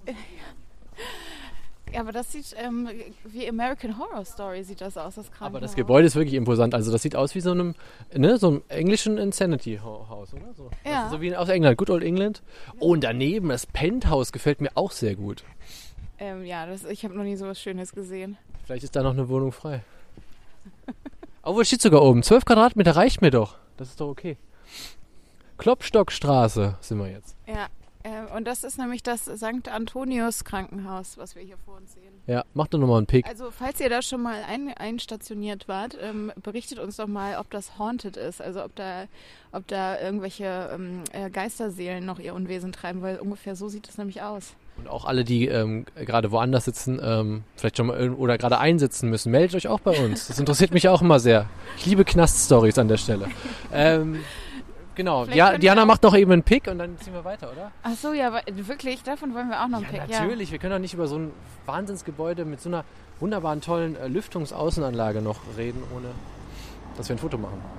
Ja, aber das sieht wie American Horror Story sieht das aus, das Krankenhaus. Aber das Gebäude ist wirklich imposant. Also das sieht aus wie so einem englischen Insanity-Haus, oder? So. Ja. So wie aus England, Good Old England. Oh, und daneben, das Penthouse gefällt mir auch sehr gut. Ich habe noch nie so was Schönes gesehen. Vielleicht ist da noch eine Wohnung frei. Obwohl, steht sogar oben. 12 Quadratmeter reicht mir doch. Das ist doch okay. Klopstockstraße sind wir jetzt. Ja, und das ist nämlich das St. Antonius Krankenhaus, was wir hier vor uns sehen. Ja, mach doch nochmal einen Pick. Also falls ihr da schon mal einstationiert wart, berichtet uns doch mal, ob das haunted ist. Also ob da irgendwelche Geisterseelen noch ihr Unwesen treiben, weil ungefähr so sieht es nämlich aus. Und auch alle, die gerade woanders sitzen, vielleicht schon mal oder gerade einsitzen müssen, meldet euch auch bei uns. Das interessiert mich auch immer sehr. Ich liebe Knast-Stories an der Stelle. Genau, Diana macht noch eben einen Pick und dann ziehen wir weiter, oder? Ach so, ja, wirklich? Davon wollen wir auch noch einen Pick. Natürlich, wir können doch nicht über so ein Wahnsinnsgebäude mit so einer wunderbaren, tollen Lüftungsaußenanlage noch reden, ohne dass wir ein Foto machen.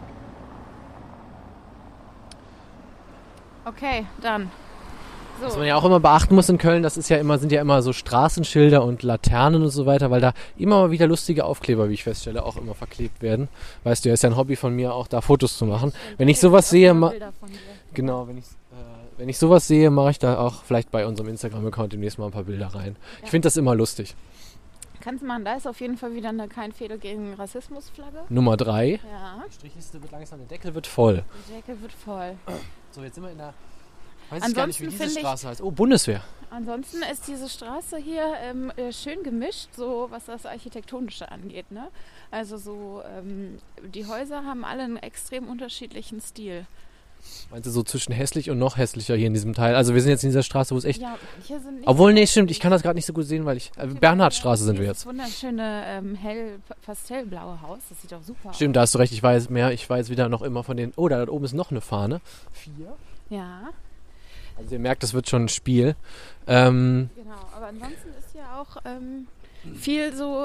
Okay, dann. So. Was man ja auch immer beachten muss in Köln, sind ja immer so Straßenschilder und Laternen und so weiter, weil da immer mal wieder lustige Aufkleber, wie ich feststelle, auch immer verklebt werden. Weißt du, ja, ist ja ein Hobby von mir, auch da Fotos zu machen. Wenn ich sowas sehe, wenn ich sowas sehe, mache ich da auch vielleicht bei unserem Instagram-Account demnächst mal ein paar Bilder rein. Ja. Ich finde das immer lustig. Kannst du machen, da ist auf jeden Fall wieder eine Kein Fehler gegen Rassismus-Flagge. Nummer 3. Ja. Die Strichliste wird langsam, der Deckel wird voll. Der Deckel wird voll. So, jetzt sind wir in der... Weiß ich gar nicht, wie diese Straße heißt. Oh, Bundeswehr. Ansonsten ist diese Straße hier schön gemischt, so was das Architektonische angeht. Ne? Also so die Häuser haben alle einen extrem unterschiedlichen Stil. Meinst du so zwischen hässlich und noch hässlicher hier in diesem Teil? Also wir sind jetzt in dieser Straße, wo es echt... Ja, hier sind nicht... Obwohl, nee, stimmt, ich kann das gerade nicht so gut sehen, weil ich... Bernhardstraße sind wir jetzt. Das wunderschöne pastellblaue Haus, das sieht auch super aus. Stimmt, da hast du recht, ich weiß wieder noch immer von den... Oh, da oben ist noch eine Fahne. 4. Ja. Also ihr merkt, das wird schon ein Spiel. Genau, aber ansonsten ist hier auch viel so,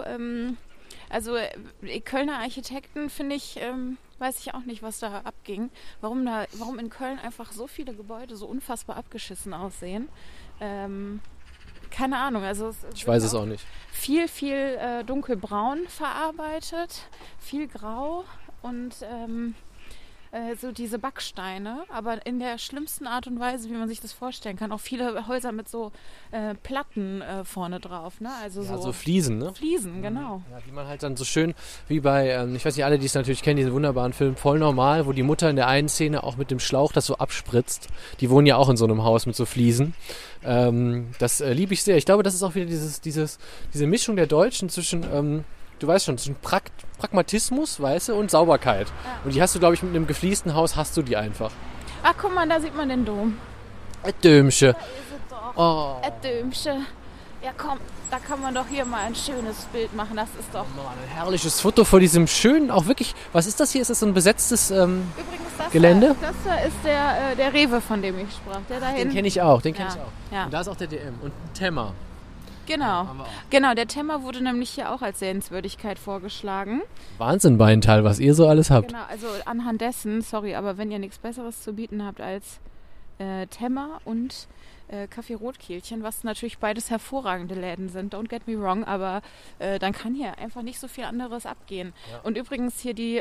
Kölner Architekten finde ich, weiß ich auch nicht, was da abging. Warum in Köln einfach so viele Gebäude so unfassbar abgeschissen aussehen. Keine Ahnung, also ich weiß es auch nicht. Viel dunkelbraun verarbeitet, viel grau und so diese Backsteine, aber in der schlimmsten Art und Weise, wie man sich das vorstellen kann. Auch viele Häuser mit so Platten vorne drauf, ne? Also ja, so Fliesen, ne? Fliesen, genau. Ja, die man halt dann so schön, wie bei, ich weiß nicht, alle, die es natürlich kennen, diesen wunderbaren Film Voll Normal, wo die Mutter in der einen Szene auch mit dem Schlauch das so abspritzt. Die wohnen ja auch in so einem Haus mit so Fliesen. Das liebe ich sehr. Ich glaube, das ist auch wieder diese Mischung der Deutschen zwischen... Du weißt schon, zwischen Pragmatismus, weißt du, und Sauberkeit. Ja. Und die hast du, glaube ich, mit einem gefliesten Haus hast du die einfach. Ach, guck mal, da sieht man den Dom. Dömsche. Da ist es doch. Oh. Dömsche. Ja, komm, da kann man doch hier mal ein schönes Bild machen. Das ist doch... Ein herrliches Foto vor diesem schönen, auch wirklich... Was ist das hier? Ist das so ein besetztes Übrigens, Gelände? Das da ist der Rewe, von dem ich sprach. Der da Den kenne ich auch, Ja. Und da ist auch der DM und ein Temmer. Genau, der Temmer wurde nämlich hier auch als Sehenswürdigkeit vorgeschlagen. Wahnsinn, Beintal, was ihr so alles habt. Genau, also anhand dessen, sorry, aber wenn ihr nichts Besseres zu bieten habt als Temmer und Café Rotkehlchen, was natürlich beides hervorragende Läden sind, don't get me wrong, aber dann kann hier einfach nicht so viel anderes abgehen. Ja. Und übrigens hier die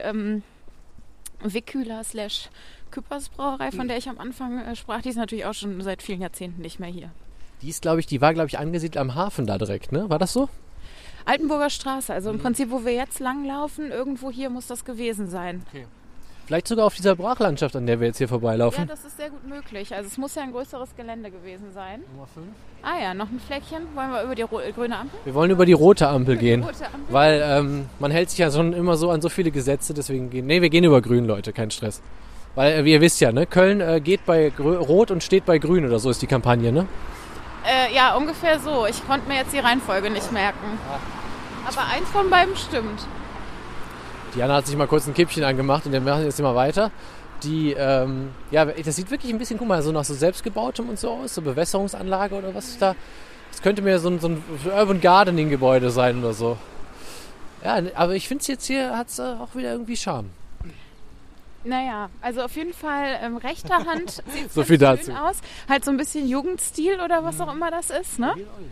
Wickhüler/Küppers Brauerei, von der ich am Anfang sprach, die ist natürlich auch schon seit vielen Jahrzehnten nicht mehr hier. Die war, glaube ich, angesiedelt am Hafen da direkt, ne? War das so? Altenburger Straße, also im Prinzip, wo wir jetzt langlaufen, irgendwo hier muss das gewesen sein. Okay. Vielleicht sogar auf dieser Brachlandschaft, an der wir jetzt hier vorbeilaufen. Ja, das ist sehr gut möglich. Also es muss ja ein größeres Gelände gewesen sein. Nummer 5. Ah ja, noch ein Fleckchen. Wollen wir über die grüne Ampel? Wir wollen über die rote Ampel gehen. Weil man hält sich ja schon immer so an so viele Gesetze, deswegen wir gehen über grün, Leute, kein Stress. Weil, wie ihr wisst ja, ne, Köln geht bei Rot und steht bei Grün oder so ist die Kampagne, ne? Ja, ungefähr so. Ich konnte mir jetzt die Reihenfolge nicht merken. Aber eins von beiden stimmt. Diana hat sich mal kurz ein Kippchen angemacht und wir machen jetzt immer weiter. Das sieht wirklich ein bisschen, guck mal, so nach so selbstgebautem und so aus, so Bewässerungsanlage oder was ist da. Das könnte mir so ein Urban Gardening Gebäude sein oder so. Ja, aber ich finde es jetzt hier, hat es auch wieder irgendwie Charme. Naja, also auf jeden Fall rechter Hand sieht so viel dazu schön aus. Halt so ein bisschen Jugendstil oder was auch immer das ist, ne?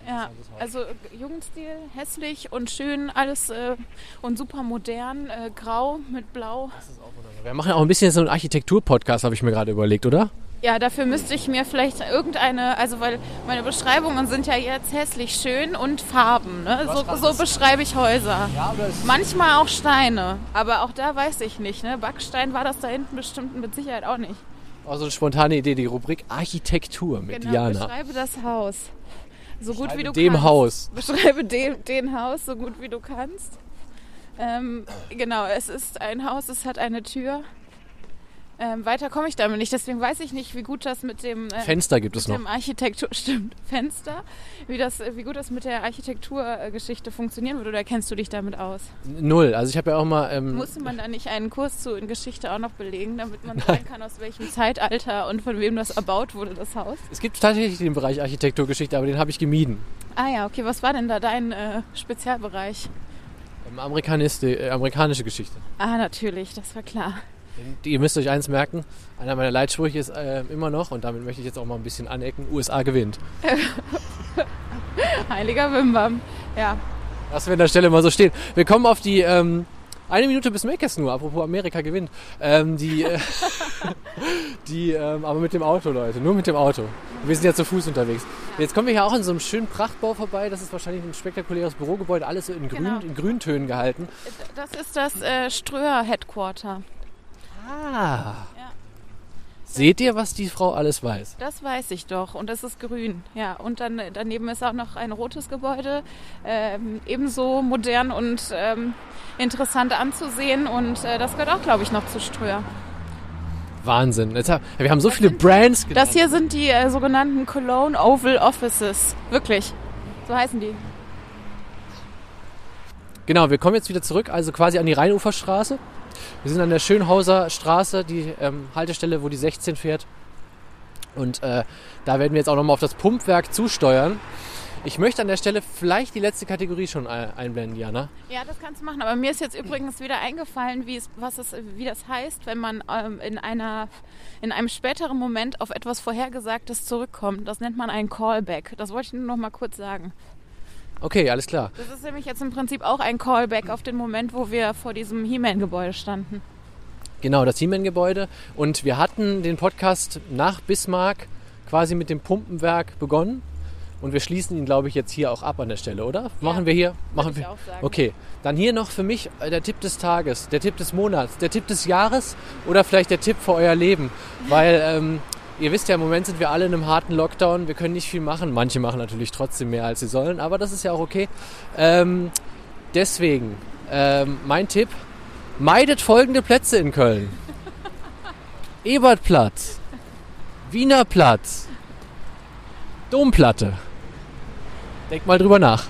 Ja, also Jugendstil, hässlich und schön, alles und super modern, grau mit blau. Das ist auch wunderbar. Wir machen auch ein bisschen so einen Architektur-Podcast, habe ich mir gerade überlegt, oder? Ja, dafür müsste ich mir vielleicht irgendeine, also weil meine Beschreibungen sind ja jetzt hässlich schön und Farben, ne? So beschreibe ich Häuser. Ja, manchmal auch Steine, aber auch da weiß ich nicht, ne? Backstein war das da hinten bestimmt mit Sicherheit auch nicht. Also eine spontane Idee, die Rubrik Architektur mit Diana. Beschreibe das Haus. So gut wie du dem kannst. Haus. Beschreibe den Haus so gut wie du kannst. Genau, es ist ein Haus, es hat eine Tür. Weiter komme ich damit nicht, deswegen weiß ich nicht, wie gut das mit dem Fenster gibt es noch. Dem Architektur, stimmt, Fenster, wie gut das mit der Architekturgeschichte funktionieren würde, oder kennst du dich damit aus? Null, also ich habe ja auch mal... Musste man da nicht einen Kurs in Geschichte auch noch belegen, damit man sagen kann, aus welchem Zeitalter und von wem das erbaut wurde, das Haus? Es gibt tatsächlich den Bereich Architekturgeschichte, aber den habe ich gemieden. Ah ja, okay, was war denn da dein Spezialbereich? Amerikanische Geschichte. Ah, natürlich, das war klar. Ihr müsst euch eins merken, einer meiner Leitsprüche ist immer noch, und damit möchte ich jetzt auch mal ein bisschen anecken, USA gewinnt. Heiliger Wimbam, ja. Lassen wir an der Stelle mal so stehen. Wir kommen auf die 1 Minute bis Makers nur, apropos Amerika gewinnt. Aber mit dem Auto, Leute, nur mit dem Auto. Wir sind ja zu Fuß unterwegs. Jetzt kommen wir hier auch in so einem schönen Prachtbau vorbei. Das ist wahrscheinlich ein spektakuläres Bürogebäude, alles so in Grüntönen gehalten. Das ist das Ströer-Headquarter. Ah. Ja. Seht ihr, was die Frau alles weiß? Das weiß ich doch. Und das ist grün. Ja, und dann daneben ist auch noch ein rotes Gebäude. Ebenso modern und interessant anzusehen. Und das gehört auch, glaube ich, noch zu Ströer. Wahnsinn. Wir haben so viele Brands genannt. Das hier sind die sogenannten Cologne Oval Offices. Wirklich. So heißen die. Genau, wir kommen jetzt wieder zurück, also quasi an die Rheinuferstraße. Wir sind an der Schönhauser Straße, die Haltestelle, wo die 16 fährt. Und da werden wir jetzt auch nochmal auf das Pumpwerk zusteuern. Ich möchte an der Stelle vielleicht die letzte Kategorie schon einblenden, Jana. Ja, das kannst du machen. Aber mir ist jetzt übrigens wieder eingefallen, wie das heißt, wenn man in einem späteren Moment auf etwas Vorhergesagtes zurückkommt. Das nennt man einen Callback. Das wollte ich nur noch mal kurz sagen. Okay, alles klar. Das ist nämlich jetzt im Prinzip auch ein Callback auf den Moment, wo wir vor diesem He-Man-Gebäude standen. Genau, das He-Man-Gebäude. Und wir hatten den Podcast nach Bismarck quasi mit dem Pumpenwerk begonnen. Und wir schließen ihn, glaube ich, jetzt hier auch ab an der Stelle, oder? Machen wir hier? Würde ich auch sagen. Okay, dann hier noch für mich der Tipp des Tages, der Tipp des Monats, der Tipp des Jahres oder vielleicht der Tipp für euer Leben. Weil ihr wisst ja, im Moment sind wir alle in einem harten Lockdown. Wir können nicht viel machen. Manche machen natürlich trotzdem mehr, als sie sollen. Aber das ist ja auch okay. Deswegen, mein Tipp, meidet folgende Plätze in Köln. Ebertplatz, Wiener Platz, Domplatte. Denk mal drüber nach.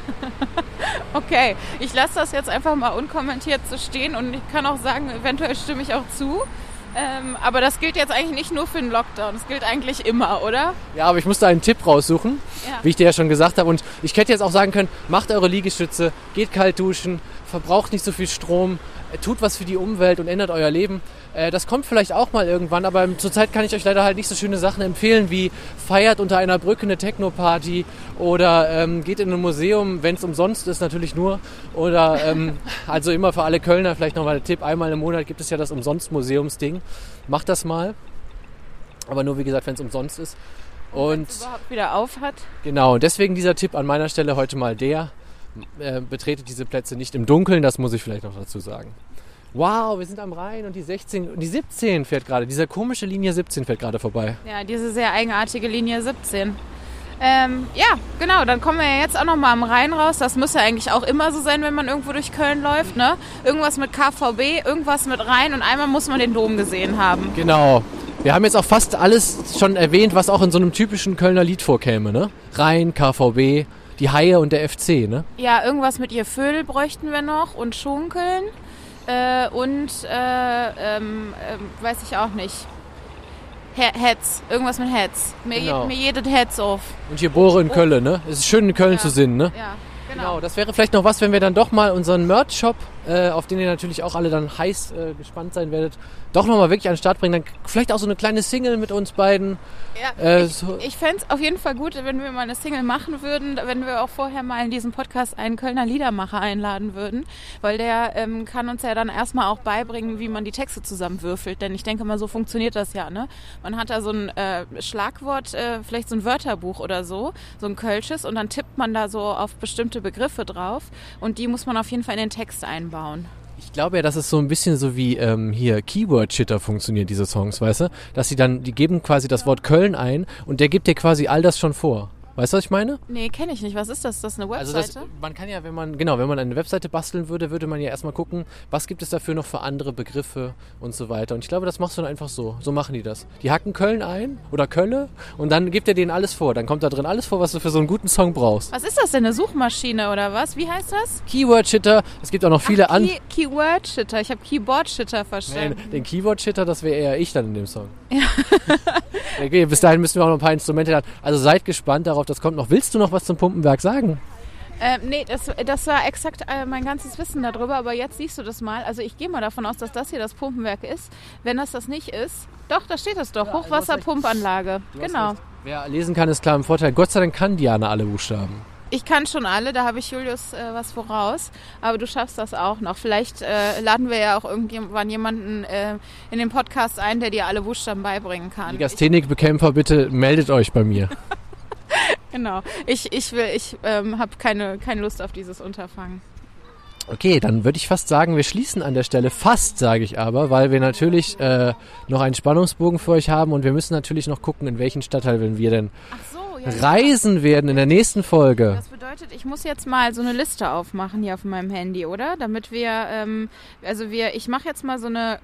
Okay, ich lasse das jetzt einfach mal unkommentiert so stehen und ich kann auch sagen, eventuell stimme ich auch zu. Aber das gilt jetzt eigentlich nicht nur für den Lockdown, das gilt eigentlich immer, oder? Ja, aber ich musste einen Tipp raussuchen, wie ich dir ja schon gesagt habe. Und ich hätte jetzt auch sagen können, macht eure Liegestütze, geht kalt duschen, verbraucht nicht so viel Strom, tut was für die Umwelt und ändert euer Leben. Das kommt vielleicht auch mal irgendwann, aber zurzeit kann ich euch leider halt nicht so schöne Sachen empfehlen, wie feiert unter einer Brücke eine Techno-Party oder geht in ein Museum, wenn es umsonst ist, natürlich nur. Oder also immer für alle Kölner vielleicht nochmal der Tipp, einmal im Monat gibt es ja das Umsonst-Museums-Ding. Macht das mal, aber nur wie gesagt, wenn es umsonst ist. Und wenn es überhaupt wieder auf hat. Genau, deswegen dieser Tipp an meiner Stelle heute mal betretet diese Plätze nicht im Dunkeln, das muss ich vielleicht noch dazu sagen. Wow, wir sind am Rhein und die 16 und die 17 fährt gerade, diese komische Linie 17 fährt gerade vorbei. Ja, diese sehr eigenartige Linie 17. Ja, genau, dann kommen wir ja jetzt auch nochmal am Rhein raus. Das muss ja eigentlich auch immer so sein, wenn man irgendwo durch Köln läuft, ne? Irgendwas mit KVB, irgendwas mit Rhein und einmal muss man den Dom gesehen haben. Genau. Wir haben jetzt auch fast alles schon erwähnt, was auch in so einem typischen Kölner Lied vorkäme, ne? Rhein, KVB, die Haie und der FC, ne? Ja, irgendwas mit ihr Vögel bräuchten wir noch und Schunkeln. Weiß ich auch nicht. Heads, irgendwas mit Heads. Mir jedet Heads auf. Und hier Bohre in Köln, ne? Es ist schön in Köln zu singen, ne? Ja, genau. Das wäre vielleicht noch was, wenn wir dann doch mal unseren Merch-Shop auf den ihr natürlich auch alle dann heiß gespannt sein werdet, doch nochmal wirklich an den Start bringen. Dann vielleicht auch so eine kleine Single mit uns beiden. Ja, ich fände es auf jeden Fall gut, wenn wir mal eine Single machen würden, wenn wir auch vorher mal in diesem Podcast einen Kölner Liedermacher einladen würden, weil der kann uns ja dann erstmal auch beibringen, wie man die Texte zusammenwürfelt, denn ich denke mal, so funktioniert das ja, ne? Man hat da so ein Schlagwort, vielleicht so ein Wörterbuch oder so ein Kölsches, und dann tippt man da so auf bestimmte Begriffe drauf und die muss man auf jeden Fall in den Text einbauen. Ich glaube ja, dass es so ein bisschen so wie hier Keyword-Shitter funktioniert, diese Songs, weißt du? Dass die geben quasi das Wort Köln ein und der gibt dir quasi all das schon vor. Weißt du, was ich meine? Nee, kenne ich nicht. Was ist das? Ist das eine Webseite? Also man kann ja, wenn man eine Webseite basteln würde, würde man ja erstmal gucken, was gibt es dafür noch für andere Begriffe und so weiter. Und ich glaube, das machst du dann einfach so. So machen die das. Die hacken Köln ein oder Kölle und dann gibt er denen alles vor. Dann kommt da drin alles vor, was du für so einen guten Song brauchst. Was ist das denn? Eine Suchmaschine oder was? Wie heißt das? Keyword-Shitter. Es gibt auch noch viele andere. Keyword-Shitter. Ich habe Keyboard-Shitter verstanden. Nee, den Keyword-Shitter, das wäre eher ich dann in dem Song. Ja. Okay, bis dahin müssen wir auch noch ein paar Instrumente lernen. Also seid gespannt darauf, das kommt noch. Willst du noch was zum Pumpenwerk sagen? Nee, das war exakt mein ganzes Wissen darüber, aber jetzt siehst du das mal. Also ich gehe mal davon aus, dass das hier das Pumpenwerk ist. Wenn das nicht ist, doch, da steht es doch, ja, Hochwasserpumpanlage. Genau. Wer lesen kann, ist klar im Vorteil. Gott sei Dank kann Diana alle Buchstaben. Ich kann schon alle, da habe ich Julius was voraus, aber du schaffst das auch noch. Vielleicht laden wir ja auch irgendwann jemanden in den Podcast ein, der dir alle Buchstaben beibringen kann. Legasthenikbekämpfer, bitte meldet euch bei mir. Genau, ich habe keine Lust auf dieses Unterfangen. Okay, dann würde ich fast sagen, wir schließen an der Stelle. Fast, sage ich aber, weil wir natürlich noch einen Spannungsbogen für euch haben und wir müssen natürlich noch gucken, in welchen Stadtteil wir denn reisen werden in der nächsten Folge. Das bedeutet, ich muss jetzt mal so eine Liste aufmachen hier auf meinem Handy, oder? Damit wir, ich mache jetzt mal so eine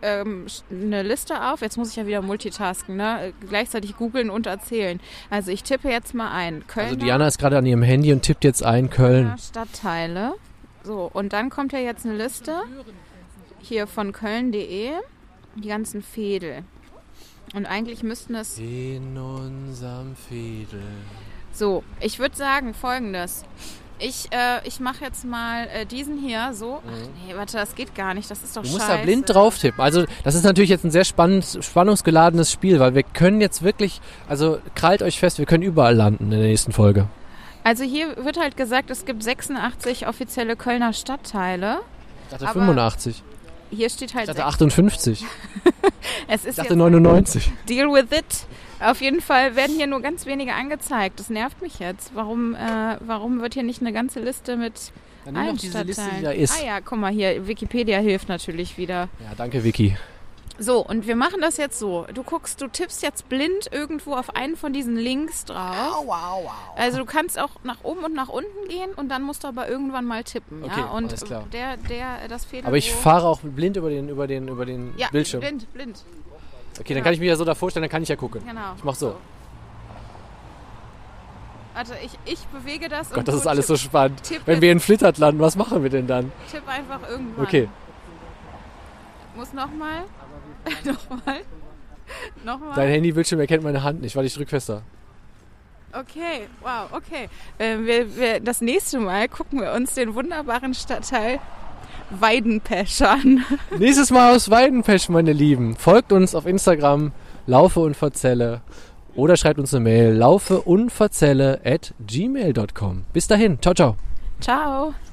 Liste auf. Jetzt muss ich ja wieder multitasken, ne? Gleichzeitig googeln und erzählen. Also ich tippe jetzt mal ein. Kölner, also Diana ist gerade an ihrem Handy und tippt jetzt ein Köln. Stadtteile. So, und dann kommt ja jetzt eine Liste hier von köln.de, die ganzen Veedel. Und eigentlich müssten es... In unserem Veedel. So, ich würde sagen Folgendes. Ich mache jetzt mal diesen hier so... Ach nee, warte, das geht gar nicht, das ist doch scheiße. Du musst da blind drauf tippen. Also das ist natürlich jetzt ein sehr spannungsgeladenes Spiel, weil wir können jetzt wirklich... Also krallt euch fest, wir können überall landen in der nächsten Folge. Also hier wird halt gesagt, es gibt 86 offizielle Kölner Stadtteile. Ich dachte 85. Hier steht halt... Ich dachte 58. Es ist ich dachte 99. Deal with it. Auf jeden Fall werden hier nur ganz wenige angezeigt. Das nervt mich jetzt. Warum wird hier nicht eine ganze Liste mit allen Stadtteilen? Liste, die da ist. Ah ja, guck mal hier. Wikipedia hilft natürlich wieder. Ja, danke Wiki. So, und wir machen das jetzt so. Du tippst jetzt blind irgendwo auf einen von diesen Links drauf. Wow. Also du kannst auch nach oben und nach unten gehen und dann musst du aber irgendwann mal tippen. Okay, ja? Und alles klar. das Fehler. Aber ich fahre auch blind über den ja, Bildschirm. Blind. Okay, dann kann ich mir ja so da vorstellen, dann kann ich ja gucken. Genau. Ich mach so. Warte, ich bewege das. Gott, das ist alles so spannend. Wenn wir in Flittert landen, was machen wir denn dann? Tipp einfach irgendwann. Okay. Muss nochmal. Nochmal. Dein Handybildschirm erkennt meine Hand nicht, weil ich drück fester. Okay, wow, okay. Das nächste Mal gucken wir uns den wunderbaren Stadtteil Weidenpesch an. Nächstes Mal aus Weidenpesch, meine Lieben. Folgt uns auf Instagram, Laufe und Verzelle. Oder schreibt uns eine Mail, laufeundverzelle@gmail.com. Bis dahin, ciao, ciao. Ciao.